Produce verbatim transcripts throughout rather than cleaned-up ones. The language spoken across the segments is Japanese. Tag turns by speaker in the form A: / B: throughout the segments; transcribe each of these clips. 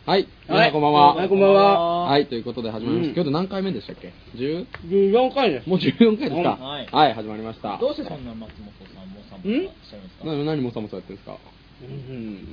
A: はい、皆さんこんばんは。
B: はい、こんばんは。
A: はい、ということで始まりました。今日で何回目でしたっけ？ じゅう？
B: じゅうよんかいです。
A: もうじゅうよんかいですか？
C: はい、
A: はい、始まりました。
C: どうしてそんな松本さんもさもさしちゃうんですか？
A: な何もさもさやってるんですか？
B: うん、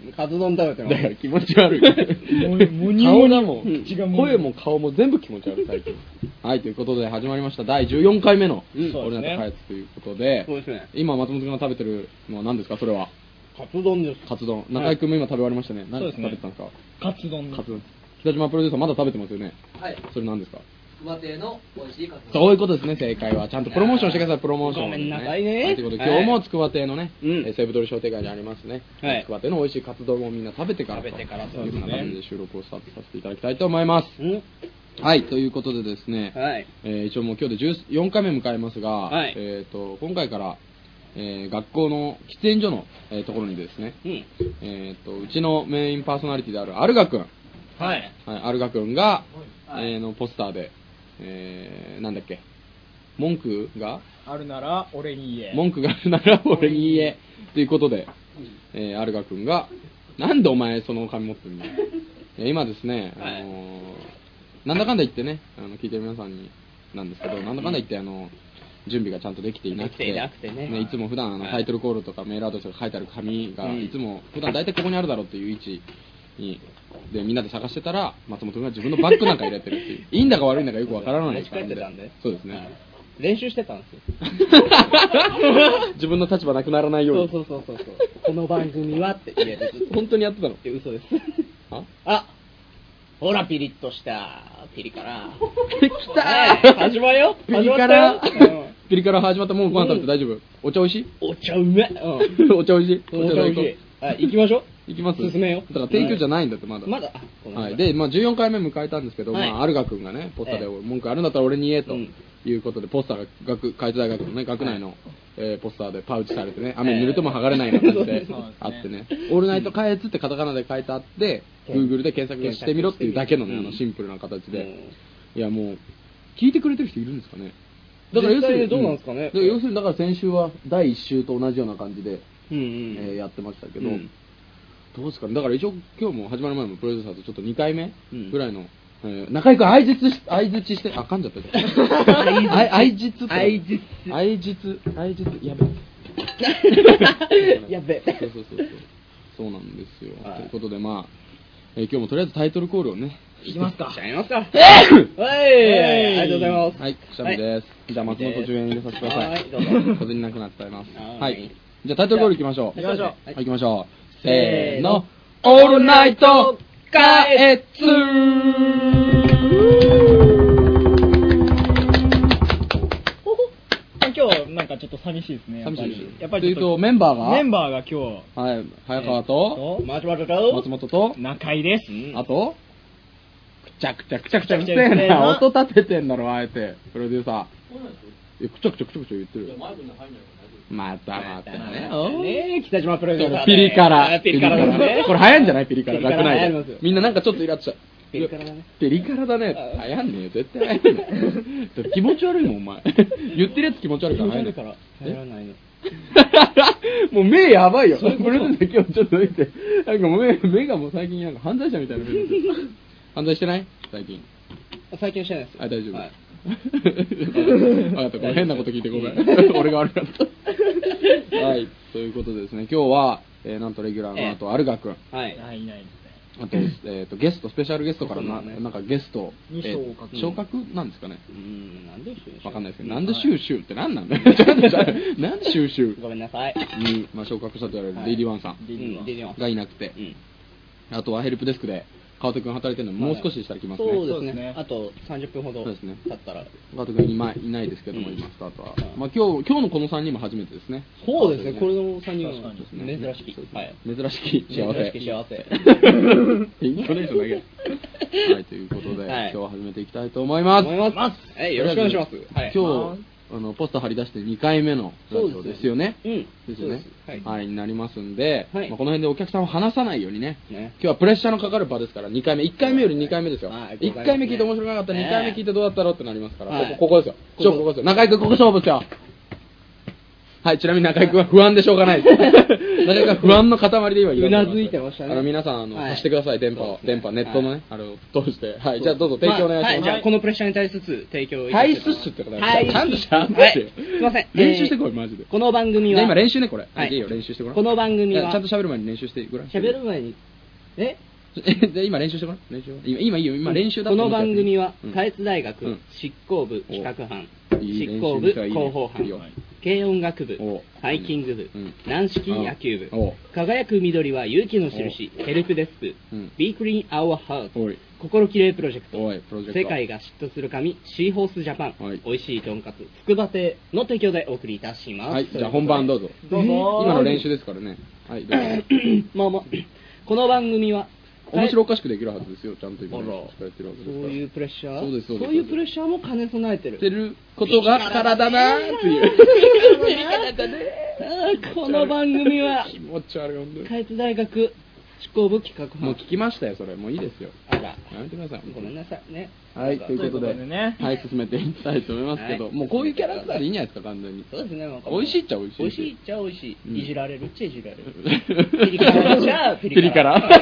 B: カツ丼食べてます。
A: だから気持ち悪い。顔だもん。声も顔も全部気持ち悪い最近。はい、ということで始まりましただいじゅうよんかいめの俺らとカヤツということで、
B: そうですね。
A: 今松本君が食べてるのは何ですか？それは。
B: カツ丼です。
A: カツ丼。中井君も今食べ終わりましたね。何食べてたんですか？
C: カツ丼。
A: カツ丼。北島プロデューサーまだ食べてますよね。
D: はい。
A: それ何ですか？
D: つくば亭の美味しいカツ丼。
A: そういうことですね、正解は。ちゃんとプロモーションしてください、プロモーション。
B: ごめんなさいね。
A: はい、ということで、今日もつくば亭のね、
B: うん、
A: 西武通り商店街にありますね。
B: はい。
A: つくば亭の美味しいカツ丼をみんな食べてからと。
B: 食べてからと
A: いう感じで収録をスタートさせていただきたいと思います。
B: うん。
A: はい、ということでですね、
B: はい。
A: えー、一応もう今日でじゅうよんかいめ迎えますが、
B: はい。
A: えっと、今回から、えー、学校の喫煙所の、えー、ところにですね、
B: うん、
A: えっと、うちのメインパーソナリティであるアルガ君、
B: はい。
A: はい、アルガ君が、
B: はい、
A: えー、のポスターで、えー、なんだっけ、文句が
C: あるなら俺に言え。
A: 文句があるなら俺に言え。ということで、えー、アルガ君が、なんでお前その紙持ってるの？今ですね、あのー、なんだかんだ言ってね、あの聞いてる皆さんになんですけど、なんだかんだ言ってあの準備がちゃんとできていなくて、
B: できていなくてね、
A: ね、いつも普段あのタイトルコールとかメールアドレスが書いてある紙が、いつも普段大体ここにあるだろうっていう位置にでみんなで探してたら松本君が自分のバッグなんか入れてるっていういいんだか悪いんだかよくわからない感じで、そうですね、はい、
B: 練習してたんですよ
A: 自分の立場なくならないように。
B: そうそうそうそうこの番組はって言える
A: 本当にやってたの？
B: 嘘です。
A: あ
B: あほらピリッとしたピリ辛
A: きた
B: ー始まるよ。
A: ピリ辛ピリ辛始まった。もうご飯食べて大丈夫？お茶おいしい？
B: お茶うめ
A: お茶おいしい？
B: お茶おいしい。行きましょう。
A: 行きます。
B: 進めよ。
A: だから提供じゃないんだってまだ。
B: まだ。
A: はい。で、まあじゅうよんかいめ迎えたんですけど、まあアルガ君がねポスターで文句あるんだったら俺に言えということでポスターが学海津大学のね学内のえポスターでパウチされてね、雨に濡れても剥がれないような感じであってね、オールナイトカエツってカタカナで書いてあって、Google で検索してみろっていうだけのねあのシンプルな形で、いやもう聞いてくれてる人いるんですかね。だから要するに
B: どうなんですかね。
A: 要するにだから先週はだいいっ週と同じような感じでえやってましたけど。どうですかね。だから一応今日も始まる前もプロデューサーとちょっとにかいめぐらいの、うんえー、中居君相づち相づちしてあかんじゃったじゃん。相づち相づち相づち相づちやべ
B: やべ
A: そうそうそうそうそうなんですよ。ということでまあ、えー、今日もとりあえずタイトルコールをね
B: いきますか。しちゃいますか。
A: え
B: ー、はいありがとうございます。
A: はいシャビです。じゃあ松本じゅうえん入れさせてください。はいどうぞ。小銭なくなっちゃいます。はいじゃあタイトルコールいきましょう。
B: 行きましょう。
A: はい行きましょう。せーの、オールナイトカエツ。
C: 今日なんかちょっと寂しいですね。
A: 寂しいです。
C: やっぱり
A: というとメンバーが
C: メンバーが今日
A: はい早川と
B: 松本と
A: 松本と
C: 中井です。
A: あとくちゃくちゃくちゃくちゃうせえな。音立ててんだろあえてプロデューサー。くちゃくちゃくちゃくちゃ言ってる。またまたね。
B: ね北島プロデューサー。
A: ピリ辛。
B: ピリ辛だね。
A: これ流行んじゃないピリ辛。楽ない
B: で。
A: みんななんかちょっとイラッとした。
B: ピリ辛だね。
A: ピリ辛だね。流行んねえよ。絶対流行んねえ。気持ち悪いもんお前。言ってるやつ気持ち悪いから流行んねえから。
B: 流行らないの。
A: もう目やばいよ。プロデューサー今日ちょっと見て。なんかもう目目がもう最近なんか犯罪者みたいな目で。犯罪してない最近。
B: 最近してないです。
A: あ大丈夫。分かったこれ変なこと聞いてごめん。俺が悪かった。はいということでですね今日は、えー、なんとレギュラーのあとアルガ君、
B: はい
C: いないですね。
A: あと、えー、とゲストスペシャルゲストからな、なんかゲスト
C: に昇格
A: 昇格なんですかね。
B: うんなんでシューシュー
A: わかんないですけどなんでシューシューってなんなんだよ。なんでシューシュー
B: ごめんなさい
A: に、まあ、昇格したと言われる ディーディーワン さんがいなくて、あとはヘルプデスクで川手君働いてるのもう少ししたら来ますね。
B: そうですね。あとさんじゅっぷんほど経ったら
A: 川手君今いないですけども今スタートはまあ今日今日のこのさんにんも初めてですね。
B: そうですね。これのさんにんは珍しき
A: 珍しき幸せ。
B: 珍しき幸せ。
A: イントネーションだけ。はいということで今日は始めていきたいと思います。
B: 思います。はい、よろしくお願いします。
A: 今日あのポスター貼り出してにかいめのラジオですよね。
B: うん
A: ですよね。はいになりますんで、
B: はい
A: まあこの辺でお客さんを離さないようにね。今日はプレッシャーのかかる場ですからにかいめいっかいめよりにかいめですよ。いっかいめ聞いて面白くなかったらにかいめ聞いてどうだったろうってなりますからここここですよ。勝負ここですよ。中居君ここ勝負ですよ。 はい、ちなみに中居君は不安でしょうがないです。中居君は不安の塊で今
B: うなずいてましたね。
A: あの、皆さん、あの、
B: はい
A: 貸してください、電波を。電波、ネットのね、あれを通して。はい、じゃあどうぞ、提供お願いします。
B: はい、じゃあこのプレッシャーに対しつつ提供いた
A: はい、
B: だきます。
A: すっすってこと
B: はい、
A: ちゃんとしゃべ
B: はい、
A: ってよ。
B: すいません。
A: 練習してこい、
B: えー
A: マジで。
B: この番組
A: じゃあ
B: は、
A: 今練習ね、これ。
B: はい
A: いいよ、練習してごらん。
B: この番組は
A: いやちゃんと喋る前に練習してごらん。
B: 喋る前に、え
A: え、で今練習してごらん。練習。今、今いいよ、今練習だ
B: この番組は
A: うん、
B: 下越大学
A: うん
B: 執行部企画班、
A: いい
B: 執行部
A: 練習いいね
B: 広報班
A: いいよ、
B: 軽音楽部
A: お、
B: ハイキング部
A: うん、
B: 軟式野球部
A: お、
B: 輝く緑は勇気の印、ヘルプデスク
A: うん、
B: Be Clean Our Heart、
A: おい
B: 心きれいプロジェクト
A: おいプロジェクト
B: 世界が嫉妬する神シーホースジャパン、
A: はい
B: 美味しいとんかつつくば亭の提供でお送りいたします。
A: はい、じゃあ本番どうぞ。
C: どうぞ
A: 今の練習ですからね。はい、どうぞ。
B: まあまあこの番組は
A: 面白おかしくできるはずですよ、ちゃんと今
B: あら
A: ね、しっかりやってるわけですから。
B: そういうプレッシャー
A: そうですそうです
B: いうプレッシャーも兼ね備えてる
A: ってることがからだなーっていう。
B: あーこの番組は
A: 気持ち悪い、ほんとに。
B: 下越大学執行部企画班
A: もう聞きましたよ、それ。もういいですよ。
B: あら
A: やめてください。
B: ごめんなさいね。
A: はい、ということで、
C: ということでね
A: はい、進めていきたいと思いますけど、
B: はい
A: もうこういうキャラクターでいいんじゃないですか、完全に。
B: そうですね。なんか
A: 美味しいっちゃ美味しい
B: 美味しいっちゃ美味しい。
A: うん
B: いじられるっちゃいじられる。ピリ辛っちゃピ
A: ピリ
B: リ辛。
A: 辛。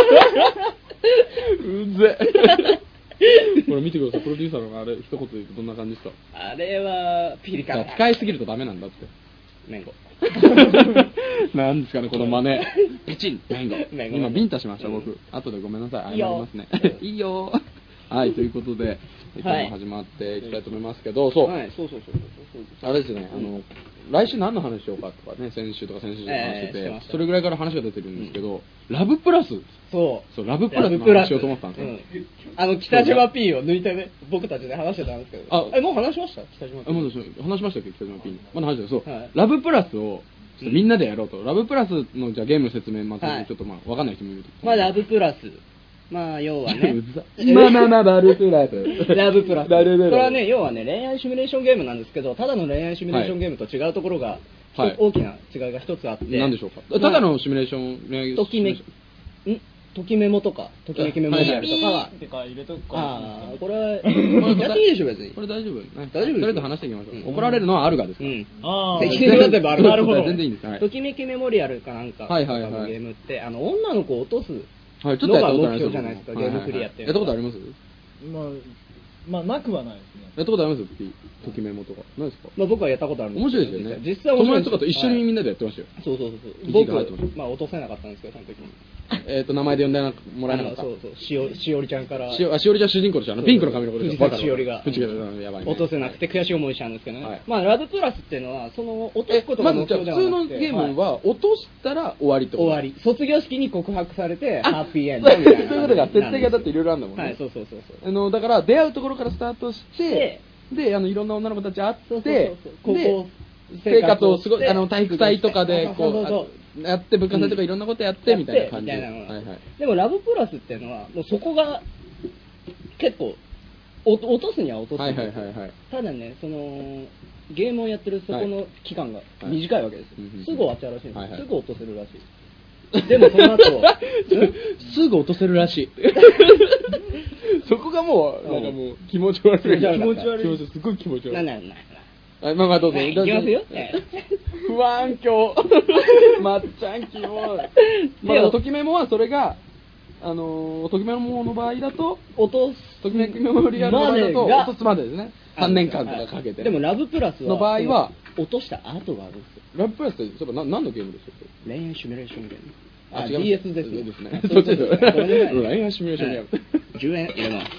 A: うぜ。これ見てください、プロデューサーのあれ、一言で言うとどんな感じですか。
B: あれはピリ辛。
A: 使いすぎるとダメなんだって。
B: メンゴ。
A: なんですかね、この真似。ピチン、メンゴ。
B: メンゴ
A: 今、ビンタしました、
B: うん
A: 僕。後でごめんなさい、謝り
B: いいよ
A: ますね。いいよ。はい、ということで、今日も始まっていきたいと思いますけど、そう、
B: はい、そうそうそうそう。
A: あれですね、あの、来週何の話しようかとかね、先週とか先週とか話してて
B: ええしてまし、た
A: それぐらいから話が出てるんですけど、ラブプラス、
B: そう。
A: そう、ラブプラスの話しようと思ってたんですよ。
B: うんあの、北島 P を抜いてね、僕たちで話してたんですけど。
A: あ
B: え、もう話しました北島 P。
A: あ、まだそう話しましたっけ、北島ピン。まだ話したよ、そう、
B: はい
A: ラブプラスを、ちょっとみんなでやろうと。ラブプラスの、じゃあゲームの説明、また、
B: はい
A: ちょっとまあ、わかんない人もいると。
B: まあ、ラブプラス。まあ、要はね
A: う。ざまあまあまあ、ラブプラス。
B: ラブプラス。
A: ラブプラス
B: これはね、要はね、恋愛シミュレーションゲームなんですけど、ただの恋愛シミュレーションゲームと違うところが、
A: はい
B: 大きな違いが一つあって。
A: 何でしょうか。
B: まあ
A: ただのシミュレーション、恋愛
B: ときめき、んときメモとか、ときめきメモリアルとかは、
C: てか入れとくか
B: ああ、これは、やっていいでしょ、別に。
A: これ大丈夫ね。
B: 大丈夫ですよ
A: とりあえず話していきましょう。
B: うん
A: 怒られるのはアルガですから。
B: うん。
C: ああ
B: 適当に言わせばある
A: そう
B: なるほど。
A: 全然いいんです。はい。
B: ときめきメモリアルかなんか
A: はいはいはい
B: のゲームって、あの、女の子を落とす
A: はい、ちょっとやったことあります
B: のが目標じゃないですかゲームクリアって
A: やったことあります
C: まあまあなくはないですね
A: やったことありますときメモとか。何ですか
B: まあ僕はやったことあるんです
A: 面白いですよね。
B: 実際面白いです
A: 友達とかと一緒にみんなでやってましたよ。
B: そうそうそうそう。
A: 一時
B: 僕
A: 間入ってました
B: まあ落とせなかったんですけど、その時に。
A: えっと、名前で呼んでもらえなかった。
B: あのそうそう、しおしおりちゃんから。
A: しおあしおりちゃん主人公でしょ。あの、ピンクの髪の子でしょ。
B: 藤崎しおりが
A: 藤崎うんやばいね。
B: 落とせなくて悔しい思いしたんですけどね。
A: はい
B: まあ、ラブプラスっていうのは、その、落と
A: え
B: すことが
A: まずじゃあ
B: 目標
A: 普通の
B: ではなくて。
A: ゲームは落としたら終わりってこと
B: 終わり。卒業式に告白されて、
A: あ
B: ハッピーエン
A: そう
B: ドみたいな。
A: そういうことが、設定がだっていろいろあるんだもんね。
B: はい、そうそうそうそう。
A: あの、だから出会うところからスタートして
B: で、
A: で、あの、いろんな女の子たち会っ
B: そうそう
A: て
B: そうそう、
A: で
B: 高校
A: 生活をすごい、
B: して
A: あの、体育祭とかで、こ
B: そうそうそう
A: う、あやって、部活祭とかいろんなことやって、みたいな感じで。
B: みたいなのが
A: はいはい。
B: でもラブプラスっていうのは、もうそこが結構、お落とすには落とすんですよ
A: はいはいはいはい
B: ただね、その、ゲームをやってるそこの期間が短いわけですよ。
A: はいうん
B: すぐ終わっちゃうらしいんですよ、
A: はいはい
B: すぐ落とせるらしい。でもその後、
A: すぐ落とせるらしい。そこがもう、なんかもう、気持ち悪い。
B: 気持ち悪い
A: 気持ち悪い。気持ち悪い。すごい気持ち悪い。
B: なんなんなん
A: はい、まあまあどうぞ。
B: はい
A: どうぞ
B: いきますよ
A: 不安今日。まっちゃんキモい。まあ、ときメモはそれが、あのー、ときメモの場合だと、
B: 落とす。
A: ときメモリアルの場合だと、
B: までが
A: 落とすまでですね。さんねんかんとかかけて。
B: でもラブプラスは、
A: の場合は、
B: 落とした後があるんですよ。
A: ラブプラスって、そういえばな何のゲームですか
B: 恋愛シミュレーションゲーム。
A: あ
B: あ、
A: 違います
B: ディーエス です
A: そうですね
B: そ
A: そっちですよ
B: ごめんなさい
A: 恋愛シミュレーションゲーム
B: はいじゅうえん入れます。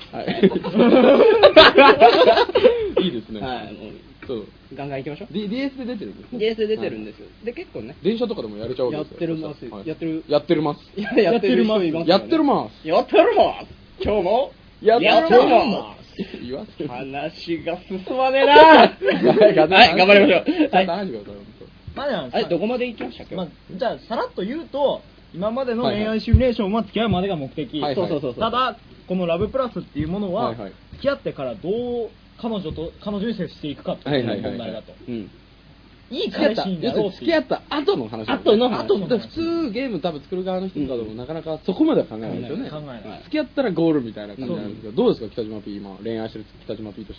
A: はい。いいですね。
B: はい、も
A: そう。
B: う、ガンガン行きましょう。
A: D- ディーエス で出てるんですね
B: ディーエス で出てるん
A: で
B: ですよ。で、結構ね、
A: 電車とかでもやれちゃうわけ
B: や
A: ですよ
B: ってるます
A: はい
B: やってる
A: やってるます。
B: いややってる人いますよね
A: やってるます。
B: やってるます今日も
A: やってるます
B: やってるます
A: 言わせて。
B: 話が進まねえなはい、頑張りましょう。
A: ちゃんと話してください。
C: まあでも
B: あれ、どこまで行きましたっけ、
C: まあ、じゃあさらっと言うと今までの恋愛シミュレーションは付き合うまでが目的、
A: はいはい
B: そうそうそうそう。
C: ただこのラブプラスっていうものは、
A: はいはい
C: 付き合ってからどう彼女と彼女に接していくかっていう
A: はいはいはい
C: 問題だと、
A: うん。
C: いい
A: 付き合った、
C: 彼氏に
A: 要するに
C: なろうっていう
A: 付き合った後の話なんですね。
B: 後の話
A: 後の話。普通ゲーム多分作る側の人とかでもなかなかそこまでは考えないですよね。
C: 考えない
A: 付き合ったらゴールみたいな感じなんですけど、どうですか北島 P 今恋愛してる北島 P としては。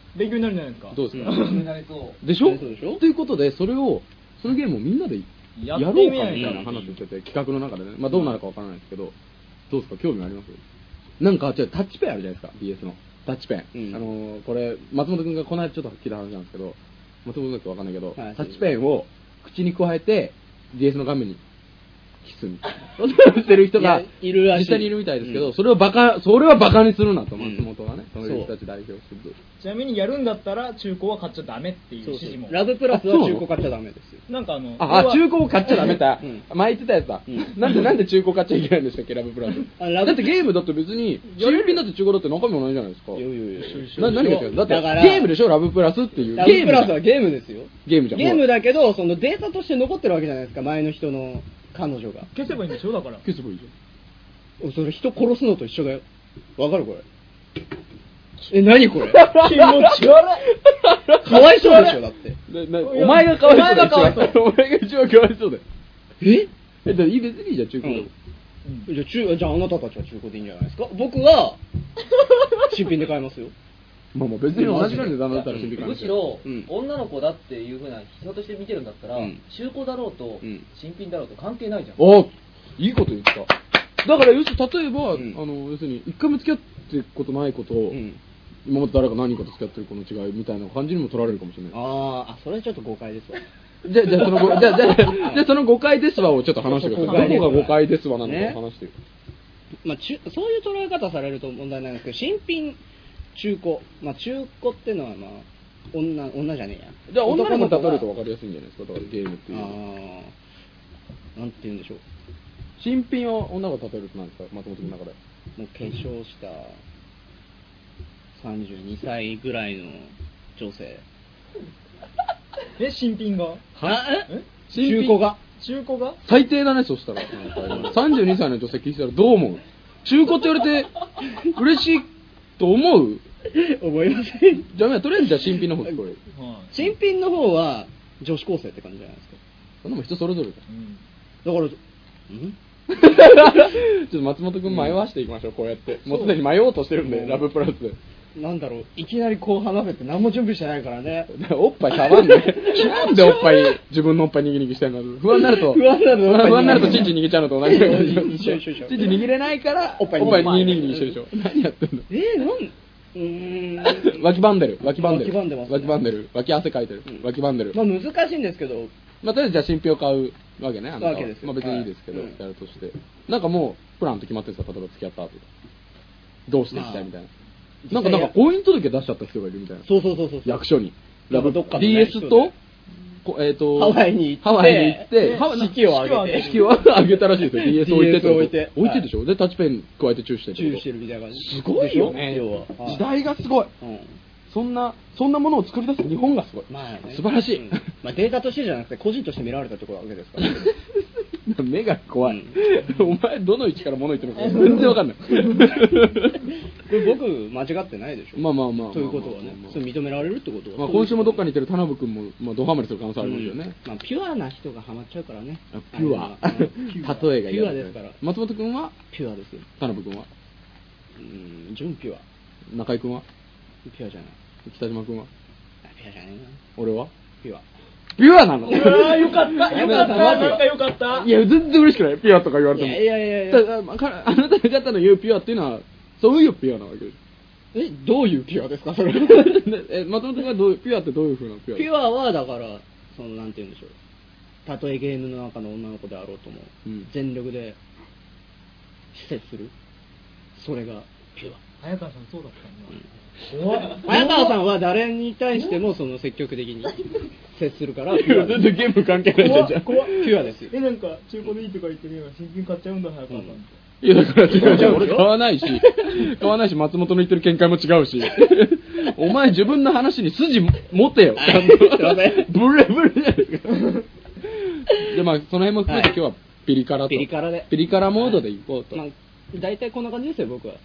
C: 勉強になるじゃないですか。
A: どうですか、
D: になりそう
A: でしょ
B: そうでしょ
A: ということで、それを、そのゲームをみんなでやろうかみたいな話をしてて、企画の中でね、まあどうなるかわからないですけど、どうですか、興味あります？なんか、違う、タッチペンあるじゃないですか、ディーエス の。タッチペン。うん、あのー、これ、松本くんがこの間ちょっと聞いた話なんですけど、松本くんかわかんないけど、はい、タッチペンを口に加えて、ディーエス の画面にキスみたいな。してる人が、
B: いるらしい。
A: 実際にいるみたいですけど、うん、それをバカ、それはバカにするなと、松本がね、うん、その人たち代表する。
C: ちなみにやるんだったら、中古は買っちゃダメっていう指示も。
B: ラブプラスは中古買っちゃダメですよ。
C: なんかあの、
A: あ、あ中古を買っちゃダメだ。うん、前言ってたやつだ、うん。なんで、なんで中古買っちゃいけないんでしたっけ、ラブプラス。あラブだってゲームだって別に、新品だって中古だって中身もないじゃないですか。いやいやいやな何が違うだってゲームでしょ、ラブプラスっていう。
B: ラブプラスはゲームですよ。
A: ゲームじゃん。
B: ゲームだけど、そのデータとして残ってるわけじゃないですか、前の人の。彼女が
C: 消せばいいんでしょだから
A: 消せばいいじ
B: ゃん。それ人殺すのと一緒だよ。わかるこれ。え、何これ
C: 気持ち悪い。
B: かわいそうでしょだって。
A: お前がかわいそうだよ。お前が一番かわいそうだよ。ええ、だいい別にいいじゃん中古でも。
B: うん、じゃあ中じゃああなたたちは中古でいいんじゃないですか。僕は新品で買いますよ。
A: まあまあ別に同じぐらいの値段だったら新品買い
D: む
A: ます
D: しろ、
B: うん、
D: 女の子だっていうふうな人として見てるんだったら、うん、中古だろうと、うん、新品だろうと関係ないじゃん。
A: おいいこと言った。だから要するに例えば、うん、あの要するに一回も付き合ってることないことを、うん、今まで誰か何人かと付き合ってる子の違いみたいな感じにも取られるかもしれない。
B: ああ、それちょっと誤解ですわ。
A: じゃあじゃあそのじゃあじゃあじゃあその誤解ですわをちょっと話してください。どこが誤解ですわなのか話してよ。
B: ね、まあ中そういう捉え方されると問題ないんですけど、新品中古、まあ中古ってのはまあ女女じゃねえや。
A: じゃあ女の子に例えると分かりやすいんじゃないですか。だからゲームっていう。あ
B: あ、なんて言うんでしょう。
A: 新品を女の子に例えると何ですか、松本の中で。
B: もう化粧したさんじゅうにさいぐらいの女性。
C: え、新品が？
B: はえ？中古が？
C: 中古が？
A: 最低だね、そしたら。さんじゅうにさいの女性聞いたらどう思う？中古って言われて嬉しいと思う？
B: 思いません。
A: じゃあとりあえずじゃあ新品の方聞こえる。
B: 新品の方は女子高生って感じじゃないですか。
A: そんなもん人それぞれだ。
B: うん、だから、ん
A: ちょっと松本君迷わしていきましょう、こうやって。もうすでに迷おうとしてるんで、ラブプラスで。
B: なんだろう、いきなりこう話せって何も準備してないからね。
A: おっぱい触んね。なんでおっぱい、自分のおっぱい握り握りしてんの？不安になると、
B: 不安になると、
A: 不安になるとチンチン握っちゃうのと同じ。
B: 一緒一緒一緒。
A: チンチン握れないから、おっぱい握り握りしてるでしょ。何やってんの？
B: えー、なんうーん。
A: 脇バンデル、脇バンデル。
B: 脇バンでます、ね。
A: 脇バンデル。脇汗かいてる。脇バンデル。
B: まあ難しいんですけど。
A: まあとりあえずじゃあ新品を買うわけね。あの
B: わけです。
A: まあ別にいいですけど、やるとして。なんかもう、プランと決まってるんですか？例えば付き合った後。どうしていきたいみたいな。なんか、なんか、婚姻届出しちゃった人がいるみたいな。
B: そうそうそうそう。
A: 役所に。
B: ラブどっかの
A: ディーエス と、えっと、
B: ハワイに行って、
A: ハワイに行って、
B: 式を挙げて。
A: 式を挙げたらしいですよ。ディーエス 置いてって。
B: 置いて。
A: 置いてでしょ。で、タッチペン加えてチューしてる。
B: チューしてるみたいな感じ。
A: すごいよね。要は。時代がすごい。そんな、そんなものを作り出す日本がすごい。
B: まあね。
A: 素晴らしい。
B: まあデータとしてじゃなくて、個人として見られたところわけですから。
A: 目が怖い。お前、どの位置から物言ってるのか全然わかんない。こ
B: れ僕、間違ってないでしょ。
A: まあまあまあ。
B: ということはね、それ認められるってことは。
A: まあ今週もどっかにいてる田辺君も、まあドハマりする可能性ありますよね。
B: まあピュアな人がハマっちゃうからね。
A: ピュア。例えが
B: ピュアですから。
A: 松本君は
B: ピュアですよ。
A: 田辺君は
B: うん、純ピュア。
A: 中井君は
B: ピュアじゃない。
A: 北島君は
B: ピュアじゃないな。
A: 俺は
B: ピュア。
A: ピュアなの？
C: うわーよかったよかったなんかよかった。
A: いや全然嬉しくないピュアとか言われても。
B: いやいやいやいや。
A: あなた方の言うピュアっていうのはそういうピュアなわけです。
B: えどういうピュアですかそれ？
A: え松本君はどうピュアってどういう風なピュア？
B: ピュアはだからそのなんて言うんでしょう。たとえゲームの中の女の子であろうとも、うん、全力で接する。それがピュア。
C: 早川さんそうだったんだ。うん
B: 早川さんは誰に対してもその積極的に接するからピュア。
A: 全然ゲーム関係ないじゃん。
B: ピュアですよ。
C: えなんか中古でいいとか言ってるような新品買っちゃうんだ早川さんって。
A: いやだから違う違う俺買わないし買わないし松本の言ってる見解も違うしお前自分の話に筋持てよちゃんとブレブレじゃないですか。でまあその辺も含めて今日はピリ辛と
B: ピリ辛で
A: ピリ辛モードでいこうと。
B: まあ大体こんな感じですよ僕は。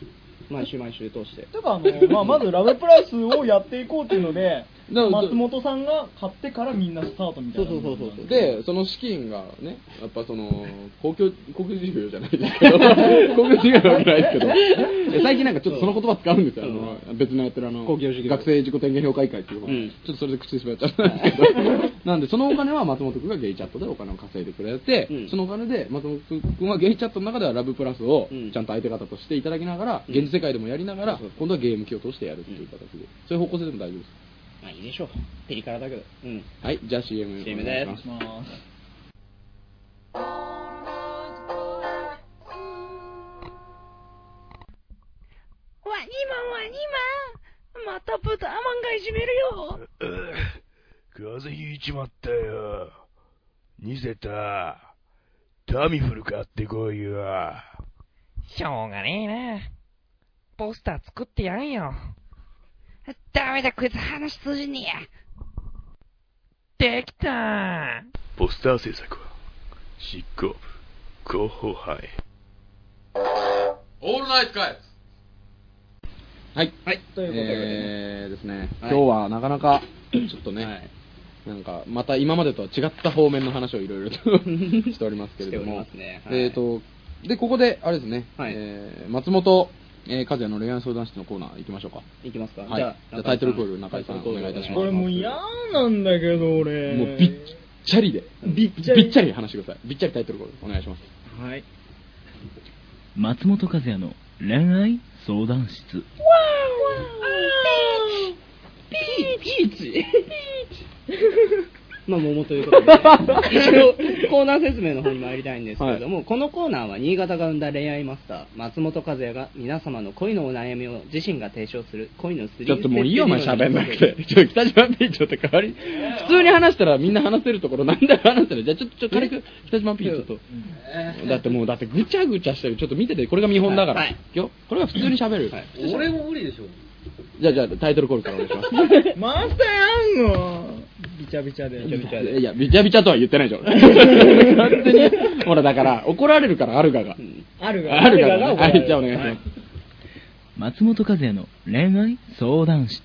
B: 毎週毎週通して。
C: だからあの、まあ、まずラブプラスをやっていこうっていうので、松本さんが買ってからみんなスタートみたいな。
B: そうそうそうそう。
A: で、その資金がね、やっぱその、公共、公共事業じゃないですけど、公共事業はないですけど、最近なんかちょっとその言葉使うんですよ。あの別のやってるあの、学生自己点検評価委員会っていう方、うん、ちょっとそれで口に滑っちゃったんですけど、なんでそのお金は松本君がゲイチャットでお金を稼いでくれて、うん、そのお金で松本君はゲイチャットの中ではラブプラスをちゃんと相手方としていただきながら、うん、現実世界でもやりながら、うん、今度はゲーム機を通してやるっていう形で、そういう方向性でも大丈夫です。
B: まあいいでしょう。ピリ辛だけど。うん。
A: はい、じゃあ シーエム
B: シーエム です。
C: お願いします。
E: ワニマンワニマン、また豚マンがいじめるよ。
F: 風邪ひいちまったよ。ニセタ、タミフル買ってこいよ。
E: しょうがねえな。ポスター作ってやんよ。ダメだ、こいつ話通じねえや。できた。
F: ポスター制作は執行部広報班へ。
A: オールナイトカイツ。はい、
B: はい、ということで、
A: えー、ですね、はい、今日はなかなかちょっとね、はい、なんかまた今までとは違った方面の話をいろいろとしておりますけれども、ね、はい、えーとでここであれですね、はい、えー、松本えー、和也の恋愛相談室のコーナー行きましょうか。
B: 行きますか。
A: はい、じゃあ、じゃあタイトルコール中井さんお願いいたします。
C: これもう嫌なんだけど俺。
A: もうびっちゃりで、
C: びっちゃり、
A: びっちゃり話してください。びっちゃりタイトルコールお願いします。
C: はい。
G: 松本和也の恋愛相談室。わ
B: ーピーチピーチまあ、桃ということで、一応コーナー説明の方に参りたいんですけれども、はい、このコーナーは新潟が生んだ恋愛マスター松本和也が皆様の恋のお悩みを自身が提唱する恋のスリーステップ。
A: ちょっともういいよお前喋んなくて。ちょ北島ピーちょっと代わり普通に話したらみんな話せるところなんで話せる。じゃあちょっとちょっと軽く北島ピーちょっと、うん、だってもうだってぐちゃぐちゃしてる。ちょっと見てて、これが見本だから、はい、よこれが普通に喋る、はい、
D: 俺も無理でしょ。
A: じゃあじゃあタイトルコールからお願いします。
C: マスターやんのビチャビチャで。
B: ビチャビチャで。
A: いや、ビチャビチャとは言ってないでしょ。完全に。ほら、だから、怒られるから、アルガが。
C: アルガ
A: が。アルガが。はい、じゃあお願いします。
G: 松本和也の恋愛相談室。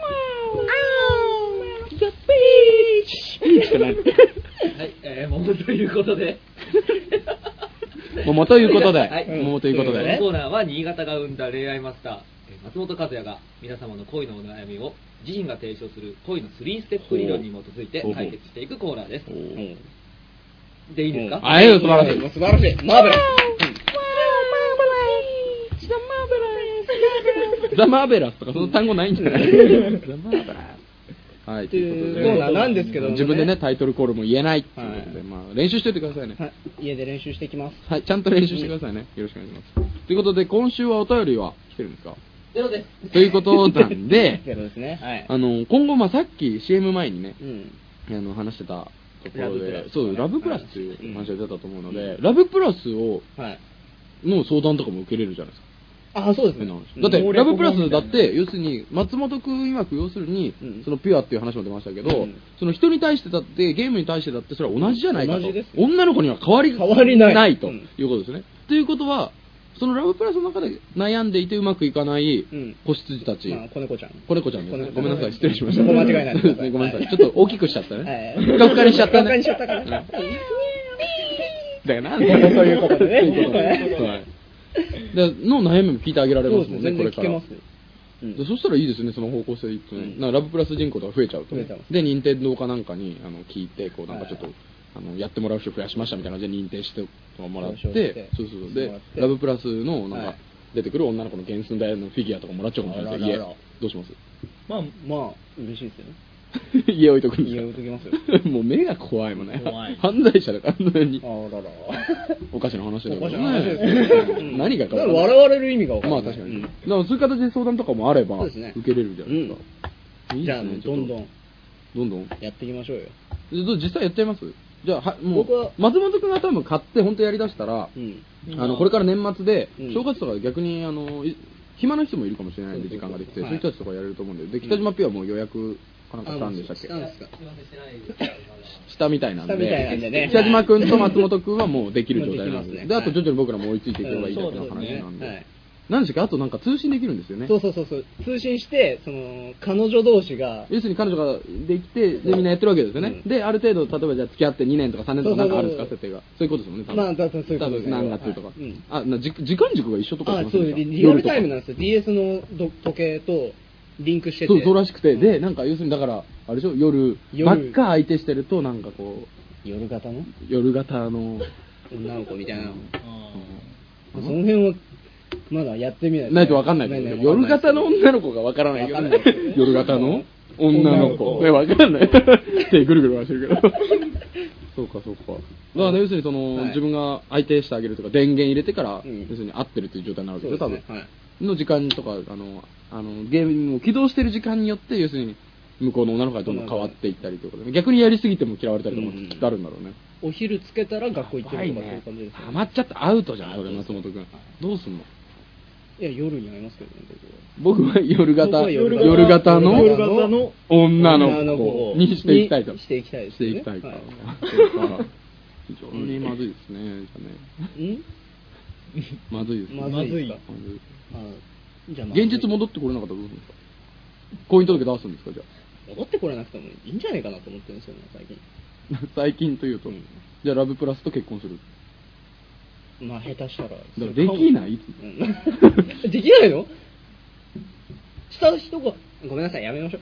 D: はい、えー、桃ということで。
A: 桃ということで。はい、桃ということで。
D: このコーナーは、新潟が生んだ恋愛マスター。松本和也が皆様の恋のお悩みを自身が提唱する恋のスリーステップ理論に基づいて解決していくコーナーです。でいいですか？
A: あ、ええ、素晴らしい。
B: 素晴らしい。マーベラス。
A: ザ・マーベラスとかその単語ないんじゃない？ザ・マーベラス。はい、という
B: コーナーなんですけど、
A: 自分でねタイトルコールも言えないっていうことで、まあ練習しておいてくださいね。
B: はい、家で練習していきます。
A: はい、ちゃんと練習してくださいね。よろしくお願いします。ということで今週はお便りは来てるんですか？
D: ゼロです。
A: ということなんで、
B: ゼロですね。はい。
A: あの今後まあさっき シーエム 前にね、うん、あの話してたところで、そうラブプラスっていう話が出たと思うので、うん、ラブプラスをの相談とかも受けれるじゃないですか。
B: あ、そうですね。
A: だってラブプラスだって要するに松本君曰く要するに、うん、そのピュアっていう話も出ましたけど、うん、その人に対してだってゲームに対してだってそれは同じじゃないかと。女の子には変わり
B: 変わりない、
A: ないということですね。うん、ということは。そのラブプラスの中で悩んでいてうまくいかない子羊たち、うん、
B: まあ、子猫ちゃん
A: 子猫ちゃんですね。ごめんなさい、失礼しました。
B: そこ間違いないです
A: ね。ごめんなさい、ちょっと大きくしちゃったね。ふかふかにしちゃったね。
B: ふかふかにしちゃったから。だか
A: らなんでそう
B: いうことでね。
A: での悩みも聞いてあげられますもんね、これから。
B: うん、
A: そしたらいいですね、その方向性でいくとね、うん、なんかラブプラス人口とか増えちゃうと、ね、で任天堂かなんかにあの聞いてこうなんかちょっと、はい、あのやってもらう人増やしましたみたいな感じで認定してもらって、そうそうそうでラブプラスのなんか出てくる女の子の原寸大のフィギュアとかもらっちゃうかもしれないです。家どうします？
B: まあまあ嬉しいですよね。
A: 家置いとくんですか？
B: 家置いときますよ。
A: もう目が怖いもんね。
B: 怖い。
A: 犯罪者だから完全に。
B: あらら。
A: おかしな話だけど
B: ね。おかしな話ですよね。
A: 何がか。
B: 笑われる意味が分からない。
A: まあ確かに。だからそういう形で相談とかもあれば受けれるじゃないですか。
B: じゃあどんどん
A: どんどん
B: やっていきましょうよ。
A: 実際やっちゃいます？じゃあはもう松本君が多分買って本当やりだしたら、あのこれから年末で正月とか逆にあの暇な人もいるかもしれないんで時間ができて、そういう人たちとかやれると思うんで、で北島ピはもう予約かなんかしたんでしたっけ？したみたいなんで、北島君と松本君はもうできる状態なんで、であと徐々に僕らも追いついていけばいいだけの話なんで、 何でしたっけ、あとなんか通信できるんですよね。
B: そうそうそうそう、通信して、その、彼女同士が、
A: 要するに彼女ができて、で、みんなやってるわけですよね。
B: うん、
A: で、ある程度、例えばじゃあ付き合ってにねんとかさんねんとかなんかあるんですか、設定が。そういうことですもんね、多分。
B: まあ、多分そういうことですね。
A: 何月とか。
B: はいうん、
A: あ、な、じ時間軸が一緒とか
B: あ、そう、リリアルタイムなんですよ。ディーエス のど時計とリンクしてて。
A: そう、そうらしくて、うん、で、なんか要するにだから、あれでしょ、夜、
B: 夜
A: ばっか相手してると、なんかこう、
B: 夜型の
A: 夜型の
B: 女の子みたいな。うん、その辺は、まだやってみないと。
A: ないと分かんないけど、夜型の女の子が分からないけど、ね、夜型の女の子。ね、分かんない。手ぐるぐる回してるけど。そうか、そうか。だからね、要するにその、はい、自分が相手してあげるとか、電源入れてから、うん、要するに合ってるという状態になるわけですよ、多分。はい、の時間とか、あの、あの、ゲームを起動してる時間によって、要するに、向こうの女の子がどんどん変わっていったりとか、ね、逆にやりすぎても嫌われたりとかもきっとあるんだろうね。
B: お昼つけたら学校行ってるとかそういう感じです、ね。
A: ハマっちゃってアウトじゃない俺、松本くん。どうすんの？
B: いや、夜に会いますけどね、
A: 僕は。僕は夜型、
B: 夜
A: 型、夜型の
C: 夜型の
A: 女の子にしていきたいと。
B: していきたいです、ね。
A: していきたいか。はい、非常にまずいですね。
B: ん
A: まずいですね。
B: まずいか。
A: じゃあ現実戻ってこれなかったらどうするんですか？婚姻届出すんですか？じゃあ。
B: 戻ってこれなくてもいいんじゃないかなと思ってるんですよね、最近。
A: 最近というと、うん、じゃあラブプラスと結婚する。
B: まあ下手したら。
A: らできない、
B: うん、できないの？した人が、ごめんなさい、やめましょう。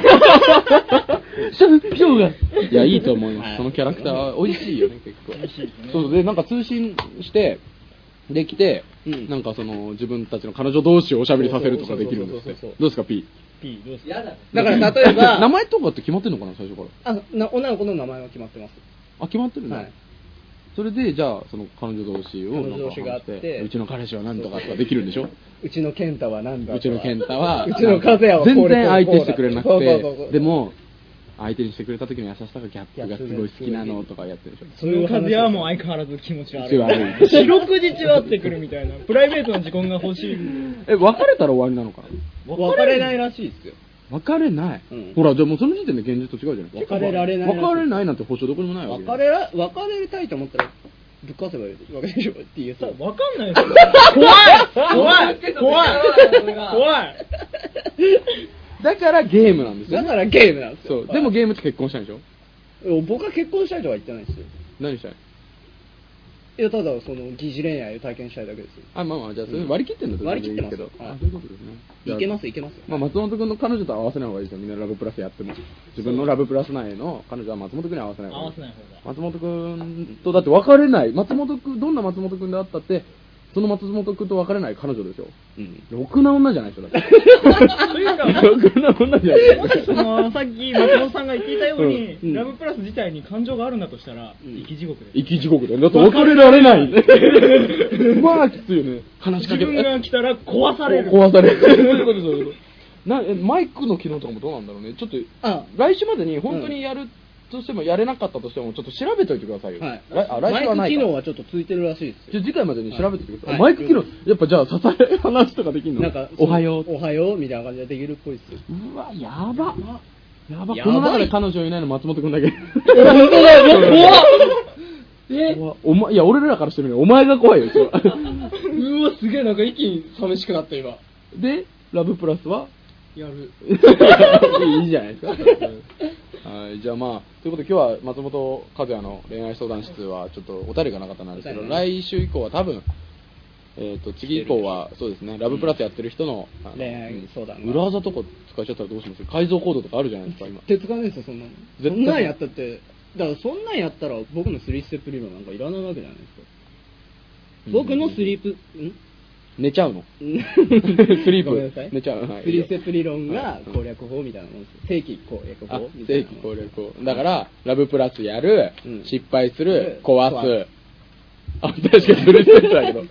A: 人が。いや、いいと思います。そのキャラクター、美味しいよね、結構。美味しいですね。そうで、なんか通信して、できて、うん、なんかその、自分たちの彼女同士をおしゃべりさせるとかできるんですって。どうですか、P？
C: P、どうですか？
B: やだ。だから例えば。
A: 名前とかって決まってんのかな、最初から。
B: あ、な女の子の名前は決まってます。
A: あ、決まってるね。はい。それで、じゃあ、その彼女同士を
B: 彼女同士があって、
A: うちの彼氏は何とかとかできるんでしょ？
B: うちの健太は何だとか。
A: うちの健太は、
B: うちの和也は
A: 全然相手してくれなくて、でも、相手にしてくれた時の優しさがギャップがすごい好きなのとかやってるでしょ。
C: そういう和也はもう相変わらず気持ち悪い。
A: 悪い。
C: 四六時中会ってくるみたいな。プライベートの時間が欲しい。
A: え、別れたら終わりなのか
B: な？別れないらしいですよ。
A: 別れない、うん、ほら、じゃあもうその時点で現実と違うじゃないですか。
B: 別れられない。
A: 別れないなんて保証どこにもないわけ。
B: 別れら、別れたいと思ったら、ぶっかせばいいわけでしょっていうさ。
C: わかんないですよ。怖い怖い怖い怖い
A: だからゲームなんですよ、ね。
B: だからゲームなんですよ。
A: そう。でもゲームって結婚したいんでし
B: ょ？僕は結婚したいとは言ってないですよ。
A: 何したい？
B: いや、ただ、その、疑似恋愛を体験したいだけですよ。
A: あ、まあまあ、じゃあ、それ割り切ってんだと
B: 割り切ってますけど。
A: あ、そういうことですね。
B: いけます、いけます。
A: まあ、松本くんの彼女と合わせない方がいいですよ。みんなラブプラスやっても。自分のラブプラス内の彼女は松本くんに合わせない方がいい。
C: 合わせない方が。
A: 松本くんと、だって別れない。松本くん、どんな松本くんであったって、その松本くんと別れない彼女ですよ。うん。ろくな女じゃないですよ、だって。
C: というか、
A: ろくな女じゃないです
C: その、さっき松本さんが言っていたように、うん、ラブプラス自体に感情があるんだとしたら、うん、生き地獄です。
A: 生き地獄だよ。だって別れられない。まあ、きついよね。話しかけ
C: 自分が来たら壊される。
A: 壊される。そういうこと、そういうこと。な、え、マイクの機能とかもどうなんだろうね。ちょっと、あ来週までに本当にやる、うんとしてもやれなかったとしてもちょっと調べといてくださいよ。はい。あ、来週はないか。
B: マイク機能はちょっとついてるらしいですよ。
A: じゃ次回までに調べてください。はい、マイク機能、やっぱじゃあ支え話とかできるの？
B: なんか
A: おはよう。
B: おはようみたいな感じでできるっぽいですよ。
A: うわ、やば。やば。この中で彼女いないの松本くんだけ。
B: 本当だよ。怖っ。
A: えお前、いや、俺らからしてるのにお前が怖いよ。う
B: わ、すげえなんか一気に寂しくなった今。
A: で、ラブプラスは
B: やる。
A: いいじゃないですか。はい、じゃあまあ、ということで今日は松本和也の恋愛相談室はちょっとお便りがなかったんですけど、来週以降は多分、えっと、次以降はそうですね、ラブプラスやってる人の、
B: うん、恋愛相談
A: 裏技とか使っちゃったらどうします？改造コードとかあるじゃないですか、今。
B: 手使わないですよ、そんなの。そんなんやったって、だからそんなんやったら僕のスリーステップ理論なんかいらないわけじゃないですか。僕のスリープ、ん
A: 寝ちゃうのスリープ。
B: ごめんなさい。
A: 寝ちゃう。はい、
B: スリーステップ理論が攻略法みたいなもんです。正規攻略法みたいな。
A: 正規攻略法。だから、ラブプラスやる、うん、失敗する、壊す。あ、確かにスリーステップだけど。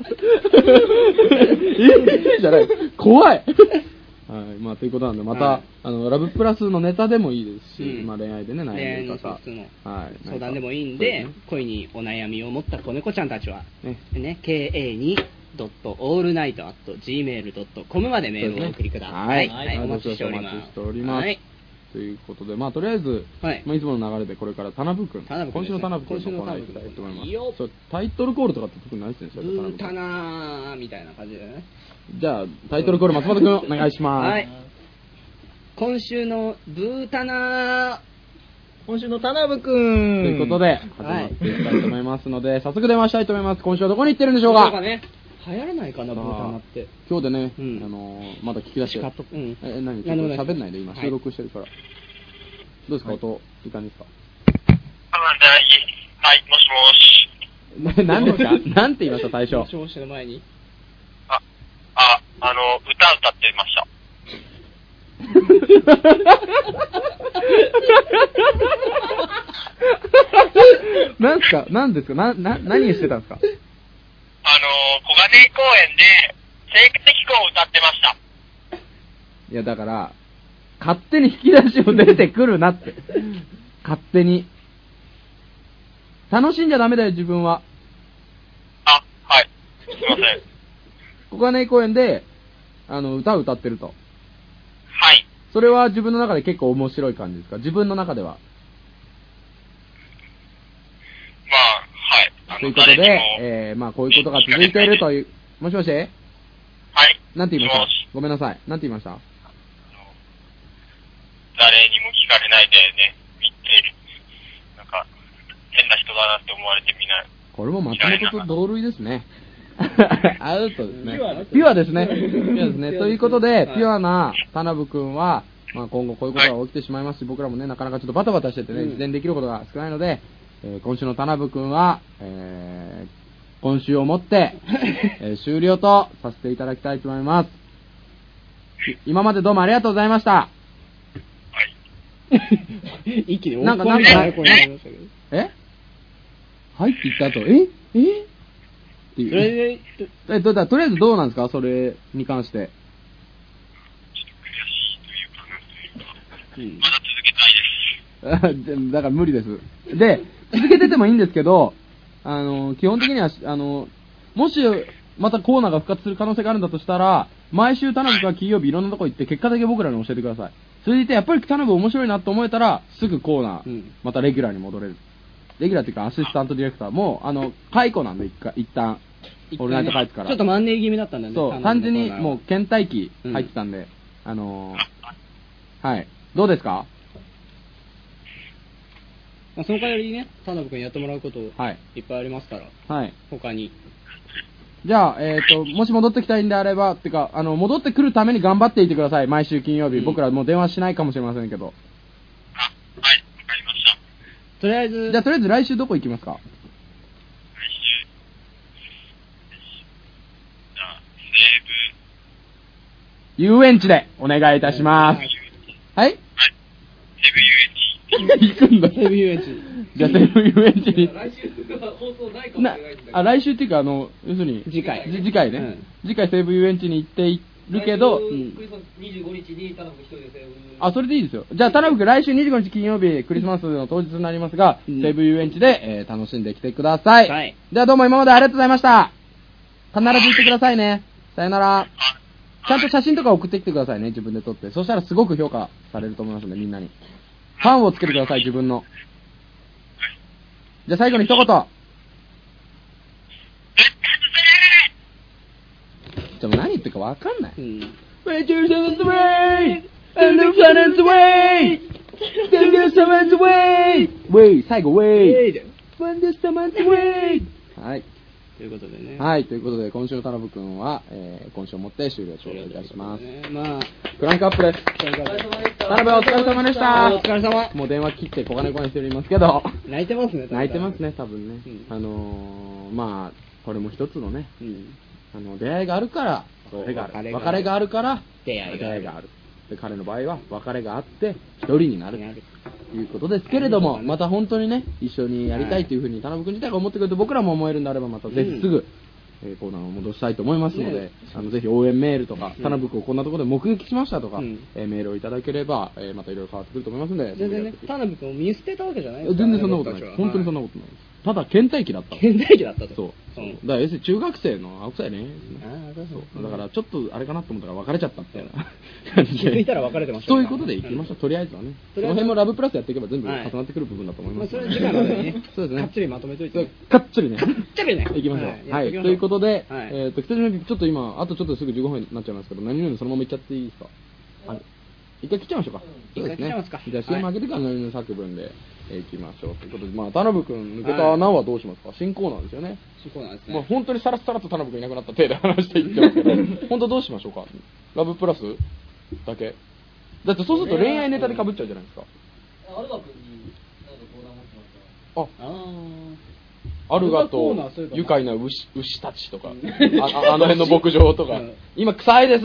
A: えじゃない。怖い。はい、まあということなんで、また、はい、あのラブプラスのネタでもいいですし、うん、まあ恋愛でね、悩んでる方、
B: はい、相談でもいいんで、ね、恋にお悩みを持った子猫ちゃんたちは、ね、ね、ケーエーにドットオールナイトアットジーメールドットコム までメールをお送りください。はい、はいはい、お待ちしております。
A: お待ちしております。はいということで、まあとりあえず、
B: はい
A: まあ、いつもの流れでこれから田辺君、
B: 田辺君
A: 今週の田辺君のコーナー行きたいと思います。そうタイトルコールとかって特にないですね、それ
B: ブータナーみたいな感じでね。
A: じゃあ、タイトルコール松本君お願いします。
B: はい。今週のブータナー、
C: 今週の田辺く
A: とい
C: ん。
A: うことで、始まっていきたいと思いますので、早速電話したいと思います。今週はどこに行ってるんでしょうか。
B: そうかね。流行らないかな、ブータナって。
A: 今日でね、
B: うん
A: あのー、まだ聞き出して、
B: うん、
A: え、何ちょっと喋んないで今、収録してるから。はい、どうですか、はい、音、いい感じですか。
H: はい、もしもし。
A: 何ですかなんて言いました、最初。
B: もしもしの前に。
H: あ、あ、あの、歌歌ってました。
A: なんすかなんですかな、な、何してたんですか。
H: あの、小金井公園で、聖火飛行を歌ってました。
A: いや、だから、勝手に引き出しを出てくるなって。勝手に。楽しんじゃダメだよ、自分は。
H: あ、はい。すいません。
A: 小金井公園で、あの、歌を歌ってると。
H: はい。
A: それは自分の中で結構面白い感じですか？自分の中では。
H: まあ、はい。
A: ということで、えー、まあ、こういうことが続いているという、もしもし？はい。なんて言いました？ごめんなさい。なんて言いました？
H: 誰にも聞かれないでね、見てる。なんか、変な人だなって思われてみんな。
A: これも松本と同類ですね。アウトですね。ピュアですね。ピュアですね。ということで、ピュアな田辺くんは、まあ、今後こういうことが起きてしまいますし、僕らもね、なかなかちょっとバタバタしててね、事前にできることが少ないので、えー、今週の田辺くんは、えー、今週をもって、えー、終了とさせていただきたいと思います。今までどうもありがとうございました。
B: 一気に
A: なんか、なんか、えはいって言った後、ええっていう。え、どうだ、とりあえずどうなんですかそれに関して。
H: うん、まだ続けたいです。
A: だから無理です。で、続けててもいいんですけど、あの、基本的には、あの、もし、またコーナーが復活する可能性があるんだとしたら、毎週田辺が金曜日いろんなとこ行って、結果だけ僕らに教えてください。それでいて、やっぱり田辺面白いなと思えたら、すぐコーナー、うん、またレギュラーに戻れる。レギュラーっていうか、アシスタントディレクターも、あの、解雇なんで、一回、一旦、オールナイトカイツから。
B: ちょっとマンネリ気味だったんだね。
A: そう、単純にもう、倦怠期入ってたんで、うん、あのー、はい。どうですか？
B: まあ、その代わりにね、田辺君やってもらうこと、はい。いっぱいありますから。
A: はい。
B: 他に。
A: じゃあ、えっと、もし戻ってきたいんであれば、ってか、あの、戻ってくるために頑張っていてください。毎週金曜日。うん、僕らもう電話しないかもしれませんけど。
H: あ、はい、わかりました。
B: とりあえず。
A: じゃあ、とりあえず来週どこ行きますか？
H: 来週。じゃあ、西
A: 武。遊園地でお願いいたします。はい。はい。
H: 西武遊園地。
A: 行くんだ。
B: 西武遊園地。
A: じゃあ、西武遊園地に。
D: 来週放送ないかもしれないんだけど。
A: あ、来週っていうか、あの、要するに。
B: 次回。
A: 次回ね。うん、次回西武遊園地に行っているけど。
D: クリスマスにじゅうごにちに田辺一人で西武。
A: あ、それでいいですよ。じゃあ、田辺君来週にじゅうごにち金曜日、クリスマスの当日になりますが、うん、西武遊園地で、えー、楽しんできてください。はい。じゃあ、どうも今までありがとうございました。必ず行ってくださいね。さよなら。ちゃんと写真とか送ってきてくださいね、自分で撮って。そしたらすごく評価されると思いますので、みんなに。ファンをつけてください、自分の。じゃあ最後に一言。ちょっと何言ってるかわかんない。うん。最後、ウェイ。はい。
B: ということでね。
A: はい、ということで、今週の田辺くんは、えー、今週をもって終了といたします。
B: ね、まあ、
A: クランクアップです。田辺お疲れ様でした。
B: お疲れ様。
A: もう電話切って小金子にしておりますけど。
B: 泣いてますね、
A: 泣いてますね、多分ね。うん、あのー、まあ、これも一つのね、うん、あの、出会いがあるから、別れがある。別れがあるから、
B: 出会いがある。
A: がある。で、彼の場合は、別れがあって、一人になる。ということですけれども、また本当にね、一緒にやりたいというふうに田辺君自体が思ってくれて、僕らも思えるんであれば、またぜひすぐ、えー、コーナーを戻したいと思いますので、ね、あのぜひ応援メールとか、田辺君をこんなところで目撃しましたとか、うん、えー、メールをいただければ、えー、またいろいろ変わってくると思いますので、
B: 全然ね、田辺君を見捨てたわけじゃないです
A: か、ね、全然そんなことないです。本当にそんなことないです。 ただ倦怠期だったの。
B: 倦怠期だったと。
A: そう。
B: うん、
A: だから要するに中学生の青臭いね。
B: ああ、そうそう。
A: だからちょっとあれかなと思ったら別れちゃったみたいな感じで。
B: 気づいたら別れてました。
A: そういうことでいきましょう。とりあえずはね。その辺もラブプラスやっていけば全部重なってくる部分だと思います。
B: まあそれ次回までにね。
A: そうですね。
B: かっちりまとめといて。
A: かっちりね。
B: かっちりね。
A: いきましょう。はい。ということで、えっと、北島ちょっと今、あとちょっとすぐじゅうごふんになっちゃいますけど、何々そのままいっちゃっていいですか？はい。一回切っちゃいましょうか。そうですね。じゃあ シーエム 開けてから何々作文でいきましょう。ということで、まあ、田辺君抜けた穴はどうしますか？新コーナーですよね。
B: 新コーナーですね。
A: まあ、本当にさらさらと田辺君いなくなった手で話していってますけど、本当どうしましょうか？ラブプラスだけ。だってそうすると恋愛ネタで被っちゃうじゃないですか。
D: アルガ君に何かコーナー持ってますか？
A: あ、アルガと愉快な 牛, 牛たちとか、あ, あの辺の牧場とか、今臭いです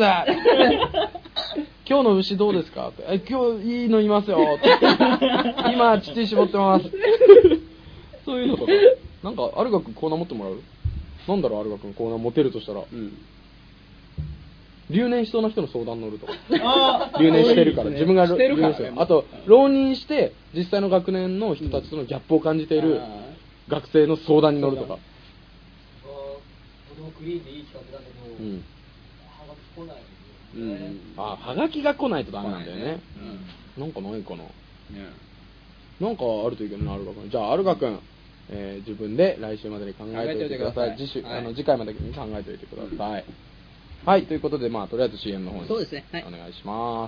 A: 今日の牛どうですかって、え今日いいのいますよって今乳絞ってますそういうのとか、なんかアルガ君コーナー持ってもらう？なんだろう、アルガ君コーナー持てるとしたら、うん、留年しそうな人の相談乗るとか。留年してるから、自分が留年してる。あと、浪人して、実際の学年の人たちとのギャップを感じている学生の相談に乗るとか。
D: とてもクリーンでいい企画だけど、うん、はがき来ない
A: うん、あ、はがきが来ないとダメなんだよね。うん、なんかないかな。ね、なんかあるといいけどな、アルガ君。じゃあ、アルガ君、えー、自分で来週までに考えておいてください。次週、はい、あの次回までに考えておいてください。うん、はい、ということで、まあ、とりあえず シーエム の方に、
B: そうですね、はい、
A: お願いします。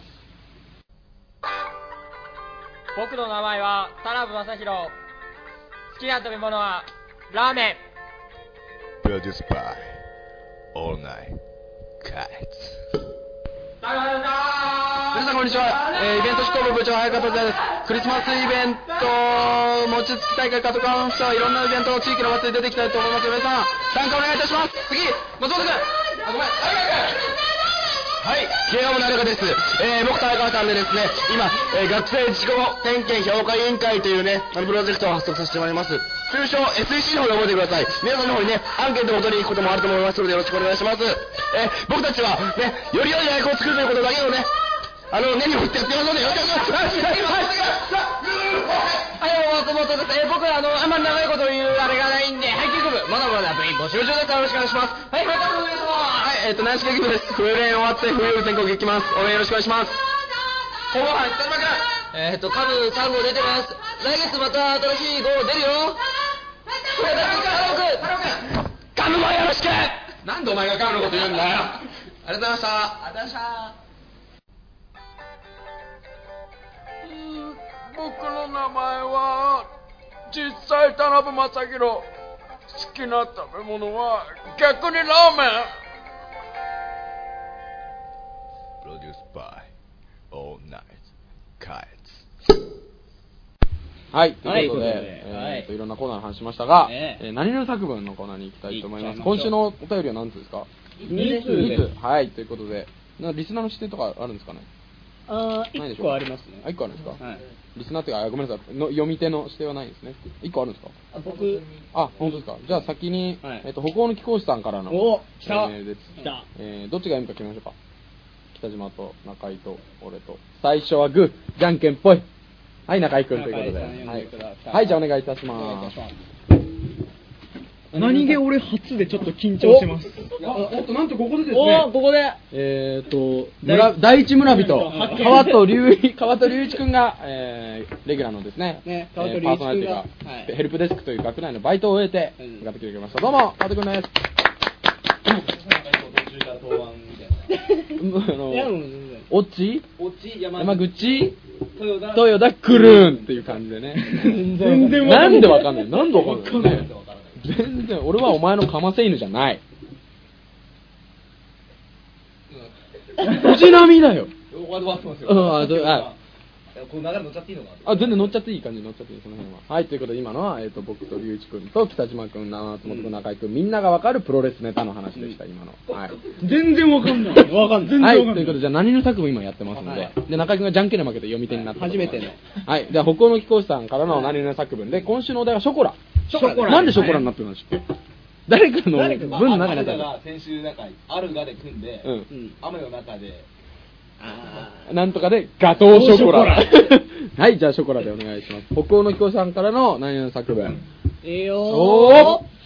I: 僕の名前は田辺正宏。好きな食べ物はラーメン。
F: プロデュースバイオールナイトカイツ。
A: 皆さんこんにちは、えー、イベント執行部部長早川達也です。クリスマスイベント、餅つき大会、カトカンフェスはいろんなイベント、地域の祭り出ていきたいと思います。皆さん参加お願いいたします。次、松本君、あ、ごめん、はい、慶応の中です。えー、僕と早川さんでですね、今、えー、学生自己点検評価委員会というね、プロジェクトを発足させてもらいます。通称 エスイーシー の方で覚えてください。皆さんの方にね、アンケートを取りに行くこともあると思いますので、よろしくお願いします。えー、僕たちはね、より良い大学を作るということだけをね、あの、根に持ってやってますので、よろしくお願いします。はい、松本です。えー、僕はあの、あんまり長いこと言うあれがないんで、配給部、まだまだ部員募集中です。よろしくお願いします。はい、またお願いします。はい、えっ、ー、と、軟式部です。冬練終わって冬全国行きます。応援よろしくお願いします。後半、北島君。えっ、ー、と、カブさん号出てます。来月また新しい号出るよ。カブもよろしく。なんでお前がカブのこと言うんだよ。ありがとうございました。ありがとうございました。
J: 僕の名前は実際田辺正宏。好きな食べ物は逆にラーメン。
F: プロデュースバイオールナイトカイツ。
A: はい、ということで、はい、えーといろんなコーナーの話しましたが、えー、何々作文のコーナーに行きたいと思います。今週のお便りは何つですか？
B: につ
A: です。はい、ということで、リスナーの視点とかあるんですかね？
B: あー、いっこありますね。
A: あ、いっこあるんですか？
B: はい。
A: リスナーっていうか、ごめんなさいの、読み手の指定はないんですね。いっこあるんですか？
B: あ、僕。
A: あ、本当ですか。じゃあ先に、はい、えっ、ー、と、歩行の貴公子さんからのメールです。
B: 来た。
A: えー、どっちが読むか決めましょうか。北島と中井と俺と。最初はグー、じゃんけんぽい。はい、中井くんということで。はい、はい、じゃあお願いいたします。
C: 何気俺初でちょっと緊張してます。
A: あ、おっと、なんとここでですね。
B: おここで。
A: えっと、第一村人、川戸隆一、川戸隆一くんが、えー、レギュラーのですね、
B: ね、
A: パーソナリティが、ヘルプデスクという学内のバイトを終えて、向かってきてくれました。どうも、川戸くんです。おっち山口豊田クルーンっていう感じでね。全然なんでわかんない。なんでわかんないね。全然、俺はお前のかませ犬じゃない。藤波だよ。うん、あ、
D: この流れ乗っちゃっていいのか
A: あ、全然乗っちゃっていい感じ乗っちゃっていい、その辺は。はい、ということで今のは、えっ、ー、と、僕と龍一君と北島君、松本君、中井君、みんながわかるプロレスネタの話でした、今の。はい。
C: 全然わかんない。わかんない。
A: はい、ということで、じゃあ何の作文今やってますので、はい、で、中井君がじゃんけんで負けて読み手になって
B: 初めての。
A: はい、では、歩行の貴公子さんからの何の作文で、今週のお題はショコラ。ショコラ。なんでショコラになってるの知って？誰かの文の中にあった
D: ら先週なんかあるがで組んで、うん、雨の中で
A: あなんとかでガトーショコラはい、じゃあショコラでお願いします。北欧の貴公さんからの何々作文、
B: いいよー。
A: おー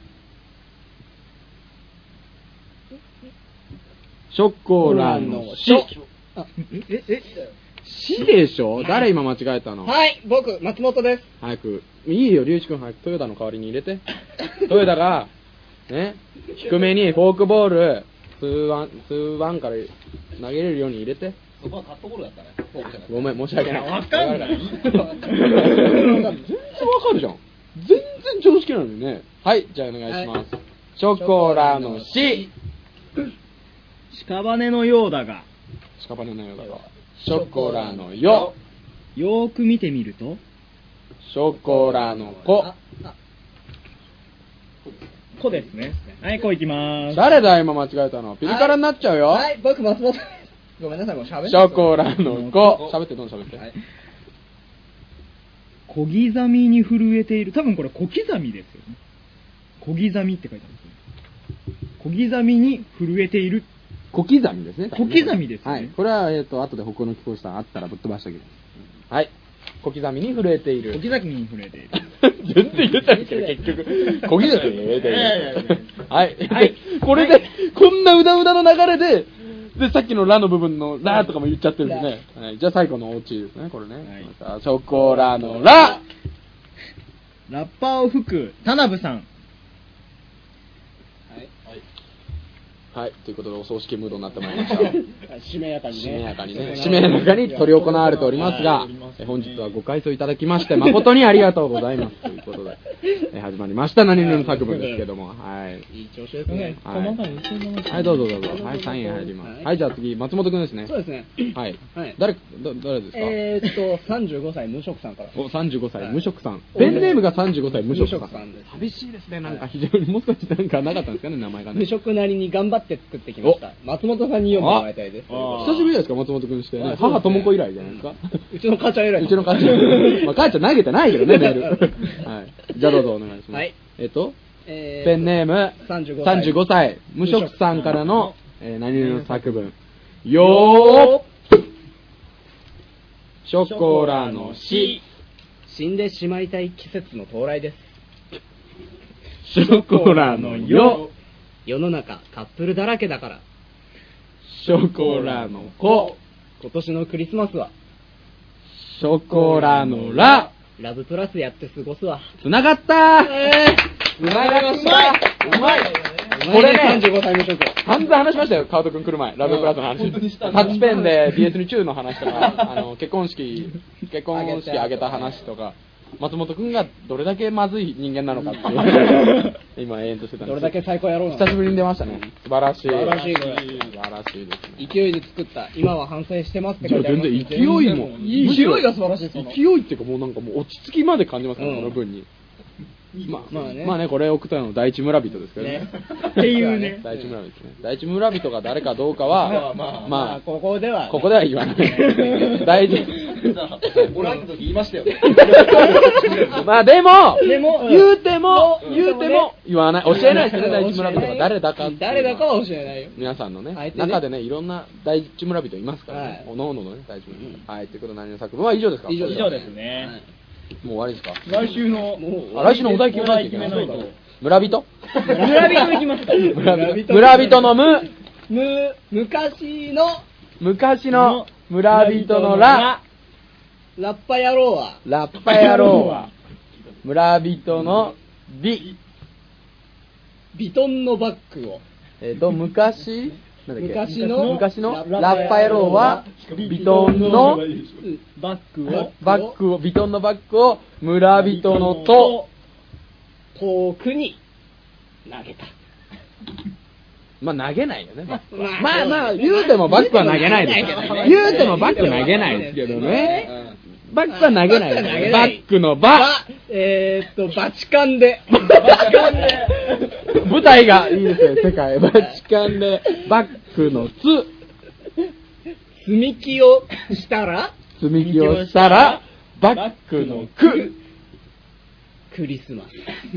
A: ショコラのし。
B: あ、え、え、
A: しでしょ？誰今間違えたの？
B: はい、僕、松本です。
A: 早く。いいよ、龍一君早くトヨタの代わりに入れて。トヨタが、ね、低めにフォークボール、ツーワン、ツーワンから投げれるように入れて。
D: そこはカットボールだったね。
A: ごめん、申し訳ない。
C: わかんない。
A: 全然わかるじゃん。全然常識なのにね。はい、じゃあお願いします。はい、ショコラのし。
C: 屍のようだが。
A: 屍のようだが。ショコラのよ。
C: よーく見てみると。
A: ショコラのこ。
C: こですね。はい、こいきまーす。
A: 誰だ今間違えたの？ピリ辛になっちゃうよ。
B: はい、はい、僕松本。ごめんなさい、もう喋って。
A: ショコラのこ。喋って、どんどん喋って。はい、
C: 小刻みに震えている。多分これ小刻みですよね。小刻みって書いてあるんですよ。小刻みに震えている。
A: 小刻みですね。
C: 小刻みですね。
A: はい。これは、えっと、後で北欧の貴公子さんあったらぶっ飛ばしてあげます。はい。小刻みに震えている。
C: 小刻みに震えている。
A: 全然言ったんですけど、結局。小刻みに震えている。はい。はい。これで、こんなうだうだの流れで、で、さっきのラの部分のラとかも言っちゃってるんですね。はい。じゃあ最後のオチですね、これね。はい。ショコラのラ。
C: ラッパーを吹く、田辺さん。
A: はい、ということでお葬式ムードになってまいりました。
B: しめやかにね。
A: しめやかにね。しめやかに執り行われておりますが、え本日はご回答いただきまして誠にありがとうございますということで、え始まりました何々の作文ですけども、はい。
B: いい調子ですね。
A: はい、はい、どうぞどうぞ。はい、サイン入ります。はい、じゃあ次松本くんですね。
B: そうですね。
A: はい。誰誰ですか？
B: えーっとさんじゅうごさい無職さんから。
A: お、さんじゅうごさい無職さん。ペンネームがさんじゅうごさい無職さん。寂しいですね。なんか非常にもう少しなんかなかったんですかね、名前がね。
B: 無職なりに頑張って作ってきました。松本さんに読んでもらいたいです。
A: 久しぶりですか、松本くんしてね。母智子以来じゃないですか。
B: うちの母ちゃん以来。
A: うちの母ちゃん。まあ母ちゃん投げてないけどね、メール。はい。じゃあどうぞお願いします。はい。えっと、ペンネームさんじゅうごさい無職さんからの何々の作文。よー。ショコラのし。
B: 死んでしまいたい季節の到来です。
A: ショコラのよ。
B: 世の中カップルだらけだから。
A: ショコラのこ。
B: 今年のクリスマスは
A: ショコラのラ。
B: ラブプラスやって過ごすわ。
A: つながったー。えー、つながりました。うまい。これね、
B: さんじゅうごさい無職。
A: 散々話しましたよ、カート君来る前。ラブプラスの話。タッチペンで ディーエス にチューの話とか、あの結婚式、結婚式挙げた話とか。松本くんがどれだけまずい人間なのかっていう今永遠としてたんです。
B: どれだけ最高やろうな。
A: 久しぶりに出ましたね。素晴らしい。素
B: 晴らしい。素
A: 晴らしいですね。
B: 勢いで作った。今は反省してますって書いてあります。
A: 全然勢いも
B: 勢いが素晴らしいです。
A: 勢いっていうかもうなんかもう落ち着きまで感じますから、この文に。まあ、まあね、まあね、これ送ったの第一村人ですけどね。
C: っていうね。
A: 第一村人ですね。第一村人が誰かどうかは、まあ、まあ、
B: ここでは、
A: ここでは言わない。大事。
D: おらん時言いましたよね。
A: まあでも、
B: でも、
A: 言うても、言うても、言わない。教えないですね、第一村人が誰だか。
B: 誰だかは教えないよ。
A: 皆さんのね、中でね、いろんな第一村人いますからね。おのおののね、第一村人。はい、ということで何の作文は以上ですか？
C: 以上ですね。
A: もう終わりですか？
C: 来週の、
A: 来週のお題決めないといけない。村人
B: 村人いきますか？
A: 村人のむ、
B: む、昔の、
A: 昔の村人のラ、
B: ラッパ野郎は、
A: ラッパ野郎は、村人のビ、
B: ビトンのバッグを、
A: えっと、昔、
B: 昔の
A: 昔のラッパ野郎はビトンの
B: バッグを
A: バッグをビトンのバッグを村人のと
B: 遠くに投げた。
A: まあ投げないよね。まあまあ言うてもバッグは投げないです。言うてもバッグ投げないですけどね。バッグは投げないです。バッグのバ。
B: えーっとバチカンで。バチカンで。
A: 舞台がいいですよ、世界。バチカンで、バックのつ。
B: 積み木をしたら
A: 積み木をしたら、バックのく。
B: クリスマス。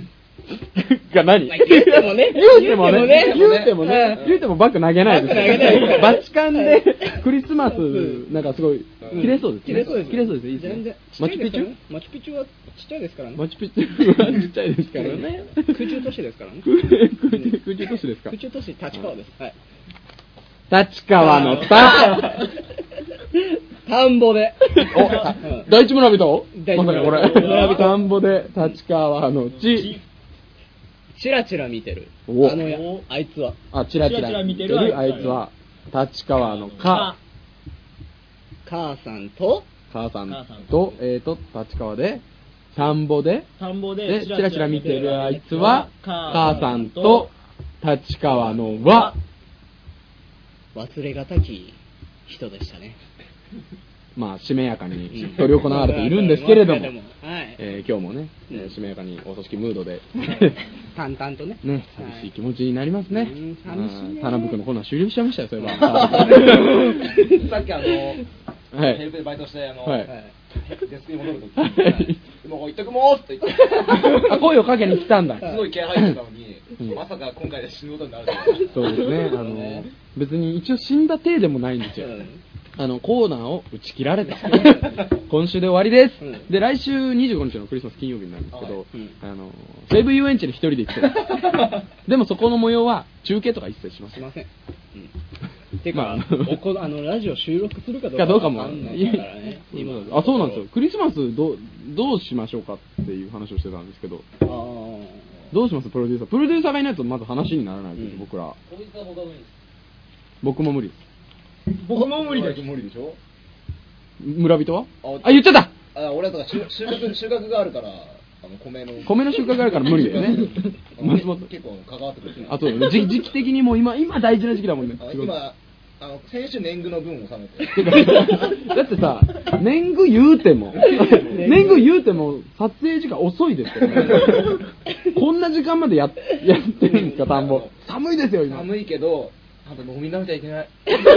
A: が何
B: まあ言うてもね
A: 言うてもね、言うてもね、言うてもバッグ投げないです。
B: バッグ投げないです
A: バチカンでクリスマス、なんかすごい、切れそうですね。
B: 切れそうです。
A: 切れそうです。いいです
B: 全然
A: ね。。マチュピチュ
B: マチュピチュはちっちゃいですからね。
A: マチュピチュはちっちゃいですからね。
B: 空中都市ですからね。
A: 空中都市ですか？
B: 空中都市、立川です。はい。
A: 立川の田
B: 田んぼで。
A: お、第一村人
B: 第一村人
A: まさかこれ。
B: 村人
A: 田んぼで立川の地。
B: チラチラ見てる。
A: お
B: あのや、あいつは。
A: あ、チラチラ見てるあいつは、立川のか。
B: 母さんと、
A: 母さんと、えーと、立川で、田んぼで、
C: 田んぼで
A: で、チラチラ見てるあいつは、母さんと、立川のは、
B: 忘れがたき人でしたね。
A: まあ、しめやかに執り行われているんですけれども、
B: はい
A: えー今日もね、えーしめやかにお葬式ムードで、
B: 淡々とね。
A: ね、寂しい気持ちになりますね。
B: うん寂しいね
A: うん田辺君のコーナー終了しちゃいましたよ、そういえば。
D: さっきあの、
A: はい
D: ヘルプでバイトして、あの、
A: はい
D: デスクに戻るとき、
A: はい
D: もう一徳もーって言って、
A: あ、声をかけに来たんだ。
D: すごい気合入ってたのに、
A: うん
D: まさか今回で死ぬことになるとは。
A: そうですね、あの、別に一応死んだ体でもないんですよ。あの、コーナーを打ち切られた。今週で終わりです。で、来週にじゅうごにちのクリスマス金曜日になるんですけど、あの、西武遊園地に一人で行ってる。でもそこの模様は中継とか一切しません。
B: しません。てか、おこあのラジオ収録するかどうか
A: かどうかも
B: わかんないからね。今
A: あ、そうなんですよ。クリスマスどう、どうしましょうかっていう話をしてたんですけど、
B: あー
A: どうしますプロデューサー。プロデューサーがいないとまず話にならないです、僕ら。
D: こいつは僕は無理です。
A: 僕も無理です。
C: 僕も無理です。
D: 無理でしょ
A: 村人は
D: あ
A: あ、言っちゃった
D: あ、俺はだから収収穫、収穫があるから、あの米の。
A: 米の収穫があるから無理だよね。松本
D: 結構関わってくる。
A: あと、時時期的にもう今、今大事な時期だもんね。
D: あ
A: すごい
D: 今、あの、先週年貢の分を納めて。
A: だってさ、年貢言うても、年貢言うても、撮影時間遅いですよね。こんな時間までややってるんですか、田んぼ。寒いですよ、今。
D: 寒いけど、あと飲みなきゃいけない。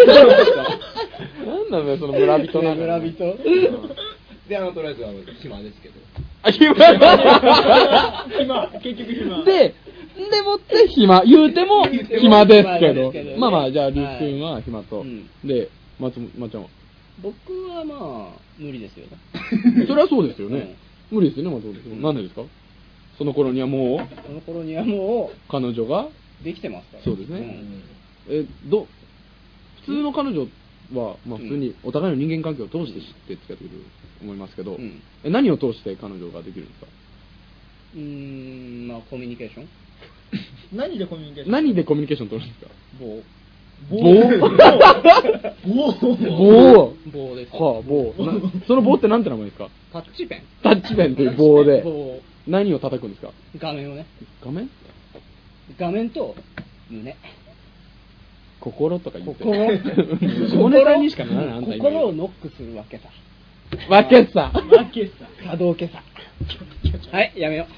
A: なんなんだよ、その村人なの。
B: 村人。
D: で、あの、とりあえず、あの、暇ですけど。
A: あ、暇
C: 暇、結局暇。
A: で、でもって暇、言うても暇ですけど
B: 暇ですけどね。
A: まあまあ、じゃあ、りゅうくんは暇と
B: はいうん。
A: で、松本、まっちゃんは。
B: 僕はまあ、無理ですよ。
A: それはそうですよね。無理ですよね、松本君。なんでですかその頃にはもう、
B: その頃にはも
A: 彼女が、
B: う、できてますから。
A: そうですね。え、ど、普通の彼女は、まあ普通にお互いの人間関係を通して知って付き合ってくると思いますけど、
B: うん
A: え何を通して彼女ができるんですか
B: うーん、まあ、コミュニケーション
C: 何でコミュニケーション
A: 何でコミュニケーション取るんですか
B: 棒。
A: 棒棒
B: 棒です。
A: はあ、棒。なその棒って何て名前ですか
B: タッチペン。
A: タッチペンという棒で
B: 棒。
A: 何を叩くんですか
B: 画面をね。
A: 画面
B: 画面と胸。
A: 心とか言って
B: 心。
A: 下ネタにしかならないあんた今
B: 心をノックするわけさ。
A: わけさ
C: わけさ。
B: 可動けさ。はい、やめよ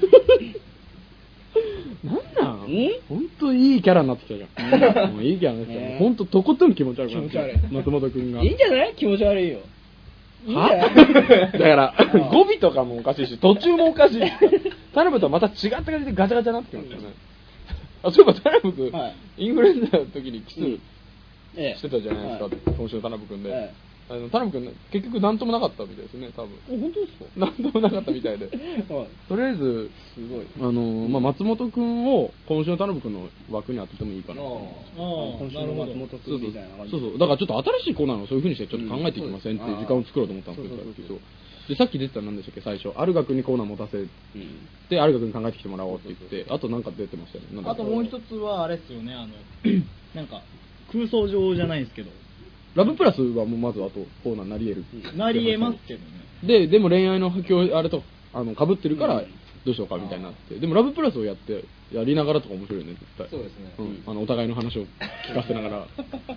A: なんなん
B: ん
A: 本当いいキャラになってきたじゃん。もういいキャラになってきた。
B: ね
A: 本当とことん気持ち悪くなってきた
B: 気持ち悪い
A: 松本くんが。
B: う。いいんじゃない気持ち悪いよ。いいんじゃない
A: はだから、語尾とかもおかしいし、途中もおかしい。タナブとはまた違った感じでガチャガチャになってきましたよね。あ、そういえばタナブ君、
B: はい
A: インフルエンザの時にキス
B: ええ
A: してたじゃないですか、
B: はい
A: 今週のタナブ君で。
B: はい
A: あのタナブ君、結局何ともなかったみたいですね、多分。
B: 本当ですか
A: 何ともなかったみたいで。
B: はい
A: とりあえず、
B: すごい。
A: あのまあ、松本君を今週の田辺君の枠に当ててもいいかな。
C: あ
B: 今週の松本
A: そうそう
B: 君みたいな感じ。
A: そうそうだからちょっと新しいコーナーをそういう風にしてちょっと考えていきませんっていう時間を作ろうと思ったんですけど、
B: そうそうそうそう
A: でさっき出てたの何でしたっけ最初あるが君にコーナー持たせ
B: うん
A: てあるが君に考えてきてもらおうって言ってあとなんか出てましたよねなんだ
C: あともう一つはあれですよね、あの、なんか、空想上じゃないですけど、
A: ラブプラスはもうまずあとコーナーなり得る
C: なり得ますけどね。
A: ででも恋愛の波及あれとあの被ってるから
B: うん
A: どうしようかみたいになってでもラブプラスをやってやりながらとか面白いよね絶対
D: そうですね
A: うん、あのお互いの話を聞かせながら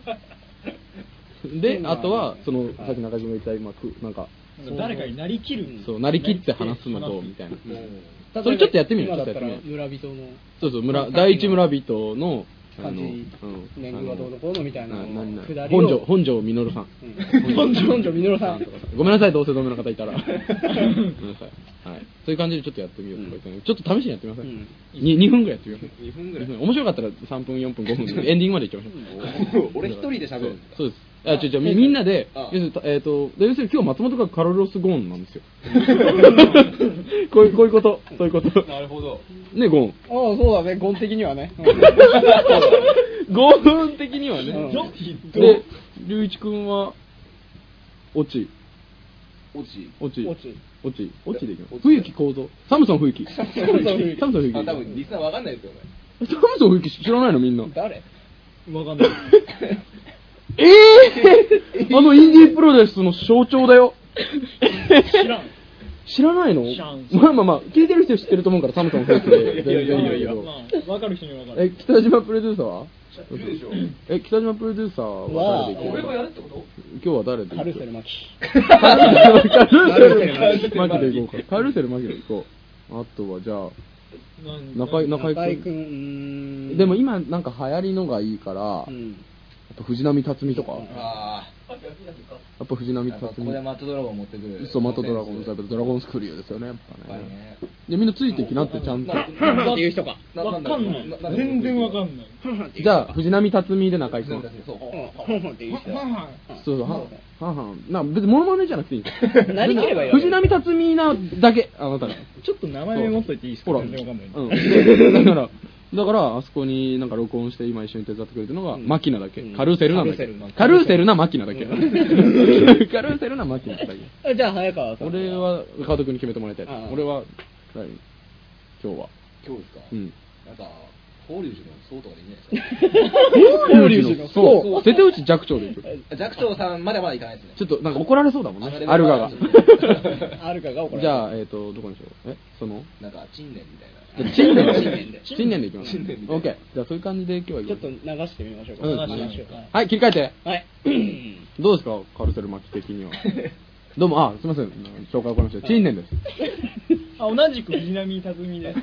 A: であとはそのさっき中島が言った今くなんか
C: なんか誰かになりきる。
A: そうなりきって話すのとみたいな
B: 例えば
A: それちょっとやってみる
B: 今だったら
A: ちょっとやってみる
B: 村人の
A: そうそう村第一村人のあの
B: 感じ
A: うん
B: 年貢がどうのこうのみたいな
A: ななな
B: くだりを
A: 本庄本庄実さん
B: うん本庄本庄実さん
A: ごめんなさい同姓同名の方いたらごめんなさいはいそういう感じでちょっとやってみようとか言ってね、ちょっと試しにやってみません、ににふんぐらいやってみましょう。
D: にふんぐらい
A: 面白かったらさんぷん、よんぷん、ごふんでエンディングまでいっちゃいましょう。
D: 俺一人で喋るんですか？
A: そうです。あ、ちょ、ちょ、みみんなで、
D: ああ
A: 要するに、えっと、要するに今日松本がカルロス・ゴーンなんですよ。こういう、こういうこと、そういうこと。
D: なるほど。
A: ね、ゴーン。
B: ああ、そうだね、ゴン的にはね。
A: ゴーン的にはね。
B: うん
A: で、龍一くんは、オチ。
D: 落ち。
A: オチ。
B: オチ。
A: オチ。オチでいきます。
D: オチ
A: 冬木構造。サムソン冬木。サ
B: ムソン冬木
A: サムソン冬木。
D: あ、多分リスナーわかんないですよね。
A: サムソン冬木知らないのみんな。
B: 誰？
C: わかんない。
A: ええー、あのインディープロレスの象徴だよ。
C: 知らん。
A: 知らないの？
C: 知らん
A: まあまあまあ、聞いてる人知ってると思うからサムソン冬木で全然いいんだけど。
C: まあ、わかる人にはわかる。
A: え、北島プロデューサーは？
D: いるでしょ。
A: え、北島プロデューサーは誰で行くの？
D: 俺がやるってこと？
A: 今日は誰で行く？
B: カルーセルマキ。
A: カルーセルマキで行こうか。カルーセルマキで行こう。あとはじゃあ中井中井
B: 中井く
A: 君。
B: ん。
A: でも今なんか流行りのがいいから、
B: うん。
A: あと藤波辰巳とか。
D: あ
A: やっぱ藤波
D: あ。
A: 辰
D: ここで
A: 巳。
D: マットドラゴン持ってくる。
A: そう、マットドラゴンズ、やっぱドラゴンスクリューですよね、やっぱね。
D: ね。
A: で、みんなついてきなってちゃんと。
B: っていう人か。
C: わかんない。全然わかんない。
A: じゃあ、藤波辰巳で仲井くん。
D: そう。
B: ほんほんっていう人。
A: そうそう、はんはんはん。な、別にモノマネじゃなくていいんですよ。
B: 何切ればいいわけ
A: 藤波辰巳なだけ、あなたが。
C: ちょっと名前持っといていいですか？
A: ほら、
C: 全然わかんない。
A: うんで。だから、だから、あそこになんか録音して今一緒に手伝ってくれてるのが、マキナだけ。カルーセルなんだけ。カルーセルなマキナだけ。カルーセルなマキナだけ。
B: じゃあ、早川さん。
A: 俺は、カート君に決めてもらいたい
B: ああ。
A: 俺は、何今日は。
D: 今日ですか？
A: うん。
D: なんか、法隆寺の僧とかでいいんじゃないですか？
A: 法隆寺のそう。瀬戸内寂聴でいく。
D: 寂聴さんまではまだいかないですね。
A: ちょっとなんか怒られそうだもんね。
D: あ
A: アルガが。
B: アルカが怒られる。
A: じゃあ、えっと、どこにしよう。えその
D: なんか、陳年みたいな。
A: じゃあ陳年
B: 陳年で
A: 陳年でいきます。
D: 陳年みたいな
A: オッケー。じゃあそういう感じで今日は
B: ちょっと流してみましょうか。
A: うん
B: 流しましょうか。
A: はい、切り替えて。
B: はい。
A: どうですか、カルセル巻き的には。どうも、あ、すみません。紹介をこりました。陳年です。
C: あ、同じく藤波辰巳です。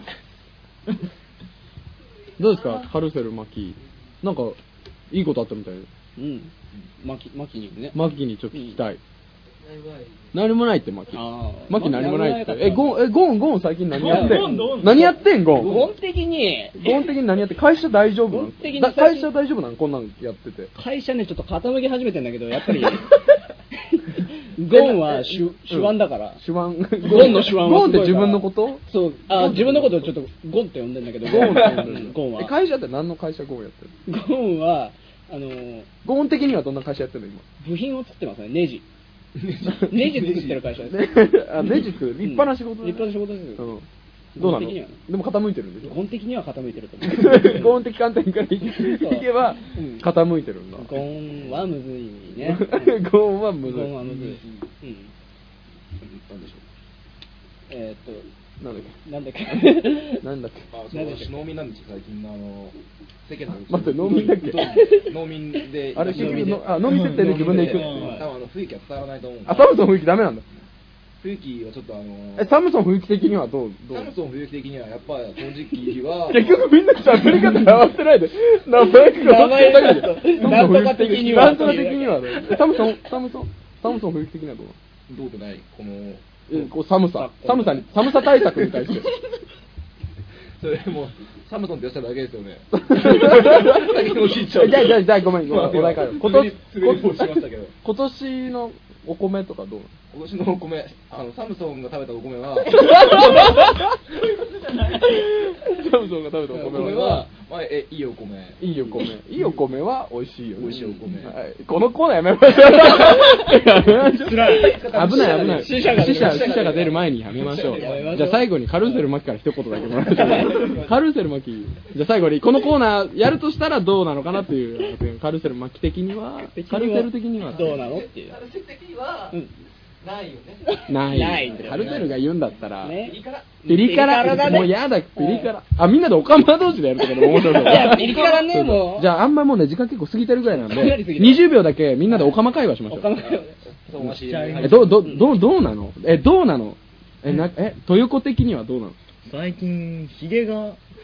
A: どうですか、カルセル巻き。なんか、いいことあったみたいで。
B: うん。マキ、マキにね。
A: マキにちょっと聞きたい。何もないって、マキ。
B: あー
A: マキ何もないって。
B: マキ
A: え、ゴン、え、ゴン、ゴン最近何やって
C: ゴンゴン
A: ん何やってん、ゴン。
B: ゴン的に、
A: ゴン的に何やってん会社大丈夫な
B: ゴ
A: の
B: ン的に
A: だ会社大丈夫なのこんなんやってて。
B: 会社ね、ちょっと傾き始めてんだけど、やっぱり、ゴンは手手腕だから。
A: 手腕。
B: ゴンの手腕はすごいから
A: ゴンって自分のこと？
B: そう、あ、自分のことをちょっとゴンって呼んでんだけど、
A: ゴンって呼んでる
B: うんゴンは
A: え、。会社って何の会社ゴンやってる
B: ゴンは、あのー、
A: ゴン的にはどんな会社やってるの今。
B: 部品を作ってますね、ネジ。ネジ作ってる会社です。
A: ねあネジ作る立派な仕事だね
B: 立派な仕事ですよ。
A: うんどうなの
B: ゴン的にはね
A: でも傾いてるんでしょ
B: ゴン的には傾いてると思う。
A: ゴン的観点からいけば
B: うん
A: 傾いてるんだ。
B: ゴンはむずいね。
A: ゴンはむずい。
B: ゴンはむずい。うん。
A: なんでしょ
B: えーっと、
A: う。なんだっけ。
B: なんだっけ。
A: なんだっけ。
D: あ、そう、私農民なんですよ、最近のあの、世間の。
A: 待って農民だっけ
D: 農民で。
A: あれ結局のあ農民設定で自分で行く
D: 多分あの、雰囲気は伝わらないと思うんで
A: あ、サムソン冬木ダメなんだ。
D: 雰囲気はちょっとあの、
A: え、サムソン冬木的にはどうどう
D: サムソン冬木的にはやっぱりこの時期は、
A: 結局みんな喋り方合わせないで。名前が
B: 名前がちょっとなんとか的には
A: なんとか的には。えサムソン、サムソン、サムソン冬木的にはどう
D: どうでない、この、
A: えこう寒さ、寒さに、寒さ対策に対して。
D: それもう、サムソンっておっしゃるだけですよね。
A: 先のじゃあ、じゃあ、じゃあ、ごめん、ごめん、お題変えよう。今年、
D: 滑りもしましたけど。
A: 今年のお米とかどうなの
D: 今年のお米、あの、サムソンが食べたお米は、
A: サムソンが食べたお
D: お
A: 米は
D: 米は、、まあ、え、いいお米。
A: いいお米。いいお米は美味しいよね。
D: 美味しいお米
A: はい。このコーナーやめましょう。やめましょう。
B: 辛い
A: 危ない危ない。
B: 死者が
A: 死者、死者が出る前にやめましょう。
B: やめましょう
A: じゃあ最後にカルーセルマキから一言だけもらいましょう。カルーセルマキ。じゃあ最後に、このコーナーやるとしたらどうなのかなっていう、カルーセルマキ的には、カルーセル的には。
B: どうなのっていう。
D: カルセル的には、
B: うん
D: ないよね。
A: ない。
B: ない
A: カルセルが言うんだったら、
B: ね。
A: ピリ辛。
B: ピリ辛だね
A: もうやだ、ピリ辛。あ、みんなでオカマ同士でやるとかでも面白そう。
B: いやピリ辛ねもう
A: じゃあ、あんまもうね、時間結構過ぎてるぐらいなんで、
B: かなり過ぎてる
A: にじゅうびょうだけみんなでオカマ会話しましょう。
B: おかま
D: そう、まし
A: え、ど、ど、ど、どうなのえ、どうなのえ、な、え、豊子的にはどうなの
C: 最近、ヒゲが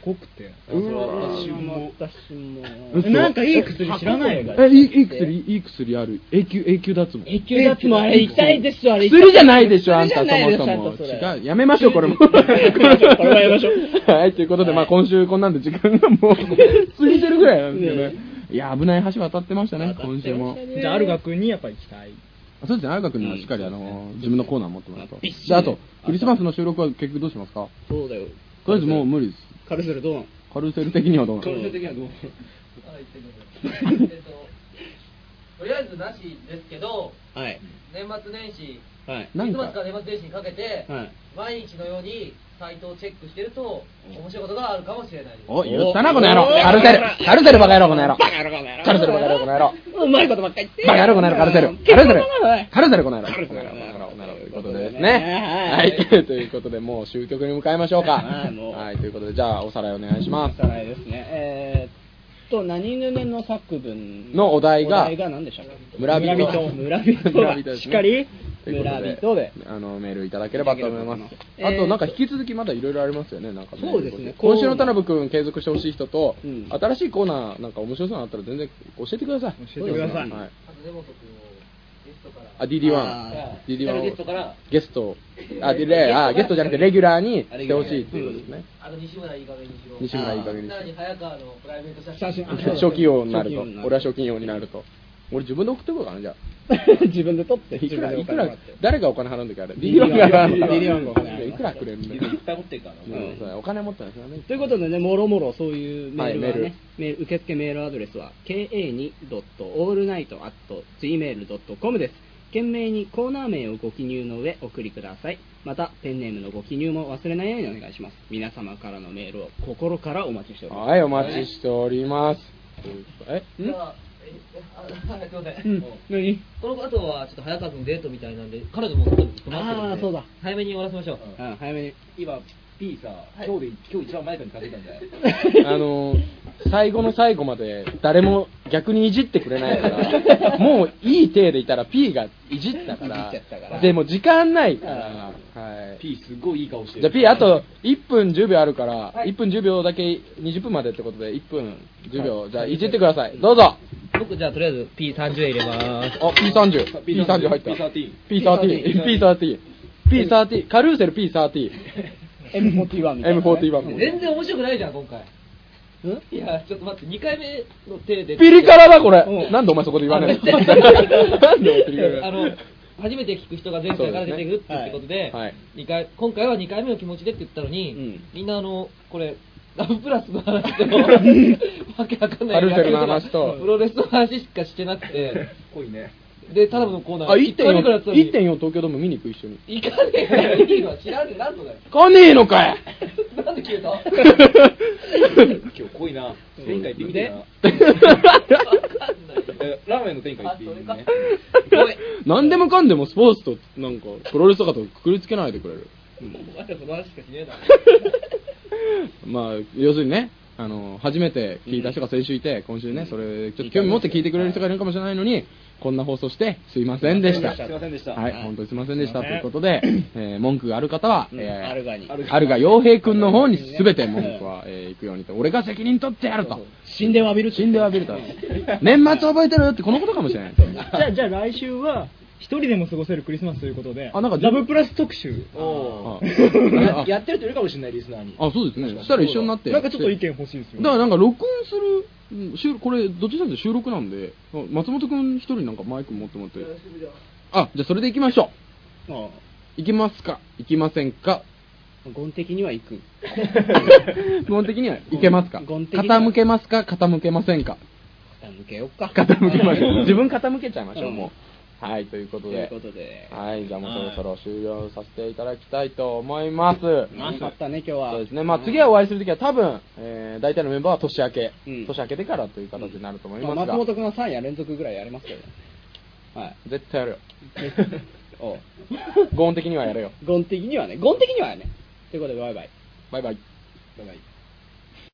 C: 濃くて。
A: うわ
B: 私も私も
A: 嘘
C: なんかいい薬知らない
A: え、いいいい薬、いい薬ある。永久、永久脱毛。
B: 永久脱毛あれ痛いでしょ、あれ。
A: 薬じゃないでしょ、あんたそ
B: 薬じゃ
A: もそも。
B: ないでしょあんたそれ
A: 違う。やめましょう、これも。
B: これはやめましょう。
A: はい、ということで、まあ今週こんなんで時間がもう過ぎてるぐらいなんですよね。いや、危ない橋渡ってましたね、今週も。
C: じゃあ、アルガ君にやっぱり行きたい。
A: そうですね、あるかくんにはしっかりあの、自分のコーナー持ってもらうと。
B: びっしり
A: で、あと、クリスマスの収録は結局どうしますか？
B: そうだよ。
A: とりあえずもう無理です。
B: カルセルどうなの？
A: カルセル的にはどうなの？
D: カルセル的にはどうえっと、とりあえずなしですけど、
B: はい。
D: 年末年始、
B: はい。
D: クリスマスから年末年始にかけて、
B: はい。
D: 毎日のようにサイトをチェックしてると、面白いことがあるかもしれないです。
A: お、言ったな、この野郎。カルセル。カルセルバカ野郎、この野郎。
B: バカ野郎、この野郎。
A: カルセルバカ野郎、この野郎。
B: うまいことばっかり言って。
A: バカ野郎、この野郎、カルセル。カルセル。カルセル、この野郎。
B: カルセル、
A: この野郎、この野郎。ということでですね。はい。ということで、もう終局に向かいましょうか。
B: はいもう
A: はい、ということで、じゃあ、おさらいお願いします。
B: おさらいですね。えーっと、何ぬねの作文
A: のお題が
B: お題が何でしたっけ？
A: 村人。
B: 村人。村人
A: 村
B: が
A: 人ですね
B: しっかり
A: ということ
B: 村人で。
A: あの、メールいただければと思います。
B: えー
A: あと、なんか引き続きまだいろいろありますよね、なんかね。
B: そうですね
A: 今週の田辺くん継続してほしい人と、
B: うん
A: 新しいコーナーなんか面白そうなのあったら全然教えてください。
C: 教えてください
A: はい。
D: あと、根本君をゲストから、
A: あ、ディーディーワン。
B: あ
A: ディーディーワンを
D: ゲストから、
A: ゲスト、あ、で、レあ、ゲストじゃなくてレギュラーにしてほしいっていうことですね。
D: あと西村いい加減にしろ。
A: 西村いい加減にしろ
D: さらに早川のプライベート写
B: 写
D: 真。
B: 真
A: 賞金王になると
B: 賞金王にな。る
A: 俺は賞金王になると。俺自分で送ってこようかな、じゃ
B: 自分で取って、
A: あ。いくら、
B: 自分で
A: いくら
B: お金もらって、
A: 誰がお金払うんだっけあれ。
B: ディーディーワン
A: ディーディーワン が払う。
B: ディーディーワンがお金払う
A: いくらくれんの
D: いっぱい持ってるからな。
A: うんそうだお金持ってないですよね。
B: ということでね、もろもろそういうメールはね、
A: はい
B: メール受付メールアドレスは ケーエーにドットオールナイトアットジーメールドットコム です。懸命にコーナー名をご記入の上送りください。また、ペンネームのご記入も忘れないようにお願いします。皆様からのメールを心からお待ちしております。
A: はい、お待ちしております。え
D: じゃあ、えあはい、すいません。
B: うん何
D: この後はちょっと早川君デートみたいなんで、彼女も外に泊まってるんで、
B: あーそうだ
D: 早めに終わらせましょう。
B: うん、早めに。
D: 今、P さ、今日で、今日一番前からにかけたんじゃない
A: あのー、最後の最後まで誰も逆にいじってくれないから、もういい体でいたら P がいじったか
B: い
A: ら
B: じっちゃったから、
A: でも時間ないから、はい。
D: P すごいいい顔してる。
A: じゃあ P あといっぷんじゅうびょうあるから、いっぷんじゅうびょうだけにじゅっぷんまでってことでいっぷんじゅうびょう、じゃあいじってください。どうぞ。
D: 僕じゃあとりあえず ピーさんじゅう 入れまーす。
A: あ、ピーさんじゅう。ピーさんじゅう 入った。ピーさんじゅう。ピーさんじゅう。ピーさんじゅう。ピーさんじゅう。カルーセル ピーさんじゅう。
B: エムフォーティーワン みたいな、
A: エムフォーティーワン
D: 全然面白くないじゃん、今回。いや、ちょっと待って、にかいめの手で。
A: ピリ辛だこれ
B: う。ん
A: なんでお前そこで言わないの
D: あ
A: なんでピリ辛
D: あの、初めて聞く人が前回から出てくるっていうことで、
A: はい
D: 二回今回はにかいめの気持ちでって言ったのに、
B: うん
D: みんなあの、これ、ラブプラスの話と、わけわかんない
A: カルセルの話と
D: プロレスの話しかしてなくて、濃いね。で、タラブのコーナー、
A: あ、
D: いっかいめからやってたのに
A: いってんよん東京ドーム見に行く一緒に。
D: 行かねえよ、いいわ、知らんねえ、なんとだよ。
A: 行かねえのかい
D: なんで消えた今日濃いな。天下行ってみてな。ラーメンの天下行っていいね。
A: 何でもかんでもスポーツとなんかプロレスとかとくくりつけないでくれる。
D: お前らその話しかしねえな。
A: まあ要するにね、あの初めて聞いた人が先週いて、今週ねそれちょっと興味持って聞いてくれる人がいるかもしれないのに、こんな放送してすいませんでした。
D: すいませんでした。
A: はい、本当にすいませんでしたということで、えー文句がある方は、えー
B: アルガに
A: アルガ陽平君の方に全て文句は、えー行くようにと、俺が責任取ってやると。
B: 死んで詫びる
A: 死んで詫びると。年末覚えてるってこのことかもしれない。
C: じゃあ、じゃあ来週は、一人でも過ごせるクリスマスということで、
A: あなんか
C: ラブプラス特集。
D: お
A: あ
D: ーやってる人いるかもしれない、リスナーに。
A: あ、そうですね。そしたら一緒になって。
C: なんかちょっと意見欲しいですよ。
A: だからなんか録音する、うん収これどっちかというと収録なんで、松本くん一人なんかマイク持ってもらって。あ、じゃあそれで行きましょう。
B: あ
A: 行きますか行きませんか
B: あゴン的には行く。
A: 基本的には行けますか
B: ゴン的には
A: 傾けますか傾けませんか
B: 傾けよっか。
A: 傾けましょう。自分傾けちゃいましょう、もう。はい、ということで。
B: ということで。
A: はい、じゃあもうそろそろ終了させていただきたいと思います。
B: 長かったね、今日は。
A: そうですね。まあ次はお会いするときは多分、えー、大体のメンバーは年明け、
B: うん
A: 年明けてからという形になると思い
B: まあ
A: ますが、
B: 松本君はさん夜連続ぐらいやれますけどね。はい。
A: 絶対やるよ。
B: おう
A: ゴーン的にはやるよ。
B: ゴン的にはね。ゴン的にはね。ということで、バイバイ。
A: バイバイ。
B: バイバイ。